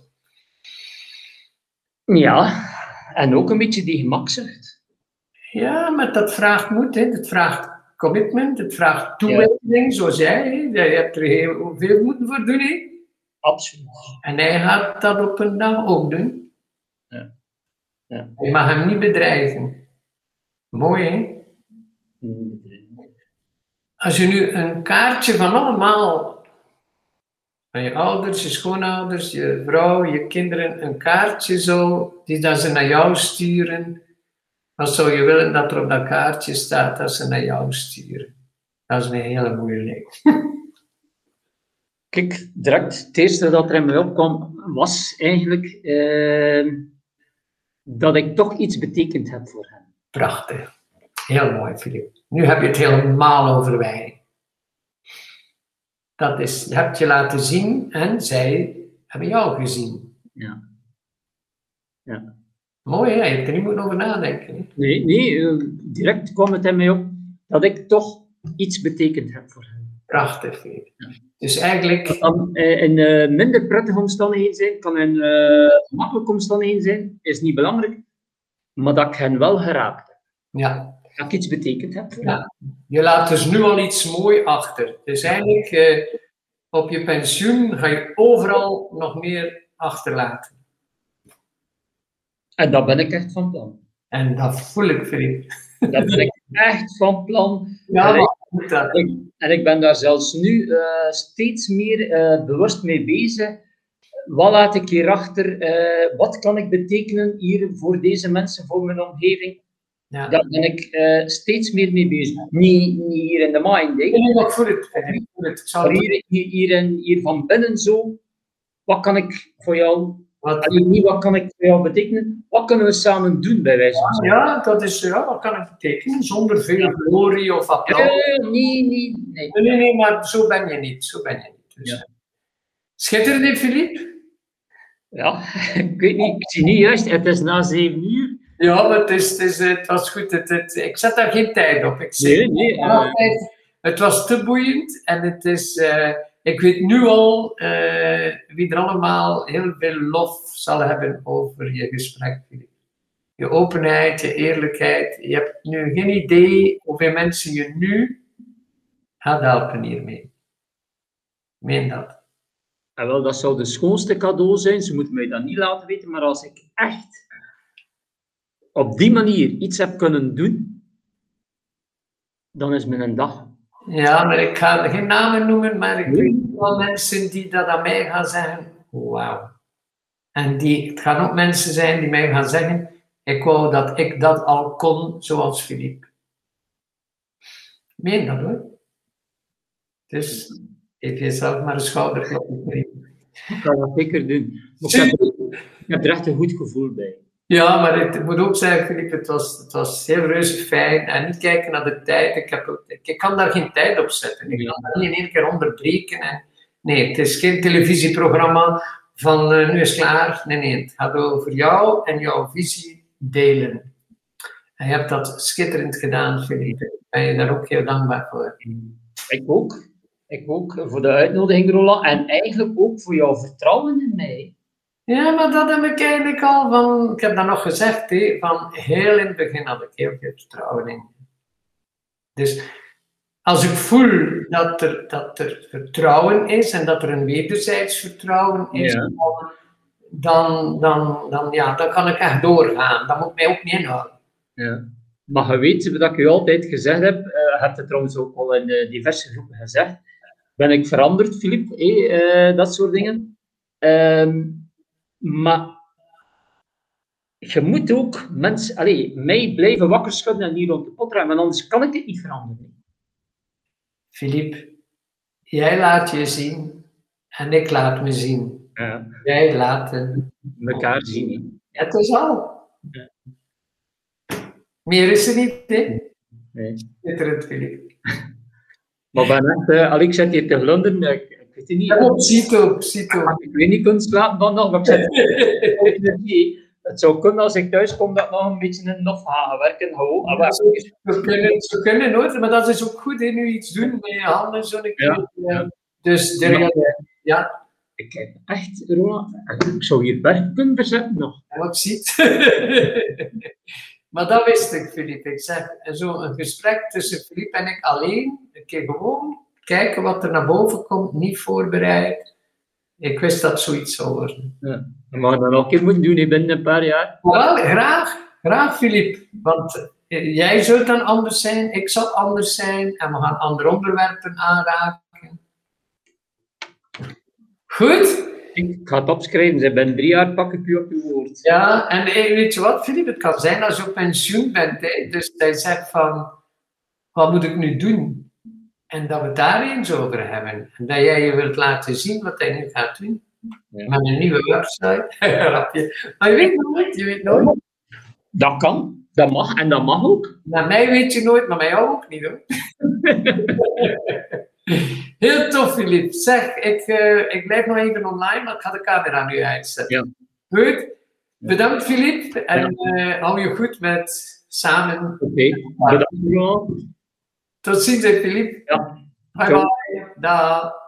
Ja, en ook een beetje die gemakzucht. Ja, maar dat vraagt moed, hè? Dat vraagt commitment, het vraagt toewijding, zoals jij. Je hebt er heel veel moeten voor doen. Hè? Absoluut. En hij gaat dat op een dag ook doen. Ja. Ja. Je mag hem niet bedreigen. Mooi, hè? Als je nu een kaartje van allemaal, van je ouders, je schoonouders, je vrouw, je kinderen, een kaartje zou, die dat ze naar jou sturen, wat zou je willen dat er op dat kaartje staat dat ze naar jou sturen? Dat is een hele moeilijke. Kijk, direct het eerste dat er in mij opkwam, was eigenlijk eh, dat ik toch iets betekend heb voor hen. Prachtig. Heel mooi, Filip. Nu heb je het helemaal over wij. Dat is, je hebt je laten zien en zij hebben jou gezien. Ja. Ja. Mooi, hè? Je hebt er niet moeten over nadenken. Hè? Nee, nee uh, direct kwam het in mij op dat ik toch iets betekend heb voor hen. Prachtig, Filip. Ja. Dus eigenlijk... Dat kan uh, in uh, minder prettige omstandigheden zijn, kan in uh, makkelijke omstandigheden zijn, is niet belangrijk, maar dat ik hen wel geraakt heb. Ja. Dat ik iets betekend heb voor ja. hen. Je laat dus nu al iets mooi achter. Dus eigenlijk, uh, op je pensioen ga je overal nog meer achterlaten. En dat ben ik echt van plan. En dat voel ik, Filip. Dat ben ik echt van plan. Ja, en, maar ik, dat. Ik, en ik ben daar zelfs nu uh, steeds meer uh, bewust mee bezig. Wat laat ik hierachter? Uh, wat kan ik betekenen hier voor deze mensen, voor mijn omgeving? Ja. Daar ben ik uh, steeds meer mee bezig. Niet, niet hier in de mind. Nee, nee, ik voel het. Ik voel het. Maar hier, hier, hier, in, hier van binnen zo. Wat kan ik voor jou... Wat, Allee, niet wat kan ik voor jou betekenen, wat kunnen we samen doen bij wijze van spreken? Ja, dat is, ja, wat kan ik betekenen, zonder veel glorie of applaus. Uh, nee, nee, nee. Nee, nee, maar zo ben je niet, zo ben je niet. Dus, ja. Schitterend, Filip? Ja, ik weet niet, ik zie niet juist, het is na zeven uur. Ja, maar het, is, het, is, het was goed, het, het, ik zet daar geen tijd op. Ik zeg, nee, nee. Uh, het was te boeiend en het is... Uh, Ik weet nu al uh, wie er allemaal heel veel lof zal hebben over je gesprek, Filip. Je openheid, je eerlijkheid. Je hebt nu geen idee hoeveel mensen je nu gaat helpen hiermee. Meen dat. En wel, dat zou de schoonste cadeau zijn. Ze moeten mij dat niet laten weten, maar als ik echt op die manier iets heb kunnen doen, dan is mijn dag. Ja, maar ik ga geen namen noemen, maar ik weet wel mensen die dat aan mij gaan zeggen, wauw. En die, het gaan ook mensen zijn die mij gaan zeggen, ik wou dat ik dat al kon, zoals Filip. Meen dat hoor. Dus, geef jezelf maar een schouderklop. Ik ga dat zeker doen. Ik heb, ik heb er echt een goed gevoel bij. Ja, maar ik moet ook zeggen, Filip, het was, het was heel reuze fijn. En niet kijken naar de tijd. Ik, heb ook, ik kan daar geen tijd op zetten. Ik kan dat niet in één keer onderbreken. En, nee, het is geen televisieprogramma van uh, nu is klaar. Nee, nee, het gaat over jou en jouw visie delen. En je hebt dat schitterend gedaan, Filip. Ik ben je daar ook heel dankbaar voor. Ik ook. Ik ook voor de uitnodiging, Roland. En eigenlijk ook voor jouw vertrouwen in mij. Ja, maar dat heb ik eigenlijk al van, ik heb dat nog gezegd, hé, van heel in het begin had ik heel veel vertrouwen in. Dus als ik voel dat er, dat er vertrouwen is en dat er een wederzijds vertrouwen is, ja. dan, dan, dan, ja, dan kan ik echt doorgaan. Dat moet mij ook niet inhouden. Ja. Maar je weet, dat ik u altijd gezegd heb, uh, heb het trouwens ook al in uh, diverse groepen gezegd, ben ik veranderd, Filip, eh, uh, dat soort dingen. Um, Maar je moet ook mensen, allez, mij blijven wakker schudden en niet rond de pot ruimen, anders kan ik het niet veranderen. Filip, jij laat je zien en ik laat me zien. Ja. Wij laten elkaar zien. Ja, het is al. Ja. Meer is er niet, hè? Nee. Schitterend, Filip. Maar ben echt, uh, allee, ik zit hier te glunderen, ik, ik weet het niet. Ja, op, ziet ook, ziet ook. Ik weet niet kunnen slapen dan nog, maar ik zit het zou kunnen als ik thuis kom dat ik nog een beetje in nog ga werken. Gewoon. Ja, we kunnen, we kunnen nooit, maar dat is ook goed, hè, nu iets doen met je handen zo een keer. Ja. Dus de ja. ja. Ik heb echt, Roland, ik zou hier berg kunnen verzetten nog. Ja, wat ziet. Maar dat wist ik, Filip. Ik zeg, zo'n gesprek tussen Filip en ik alleen, een keer gewoon kijken wat er naar boven komt, niet voorbereid. Ik wist dat zoiets zou worden. Ja. Je mag dat nog een keer moeten doen binnen een paar jaar. Wel, graag, graag, Filip. Want uh, jij zult dan anders zijn, ik zal anders zijn en we gaan andere onderwerpen aanraken. Goed? Ik ga het opschrijven, ze ben drie jaar pak ik u op uw woord. Ja, en hey, weet je wat, Filip? Het kan zijn als je op pensioen bent, hè? Dus hij zegt van, wat moet ik nu doen? En dat we het daar eens over hebben. En dat jij je wilt laten zien wat hij nu gaat doen. Ja. Met een nieuwe website. Maar je weet nooit, je weet nooit. Dat kan, dat mag en dat mag ook. Naar mij weet je nooit, maar mij jou ook niet, hoor. Heel tof, Filip. Zeg, ik, uh, ik blijf nog even online, maar ik ga de camera nu uitzetten. Ja. Goed. Bedankt, Filip. En uh, hou je goed met samen. Oké, okay. Bedankt. Tot ziens, Filip. Ja. Bye bye. Dag.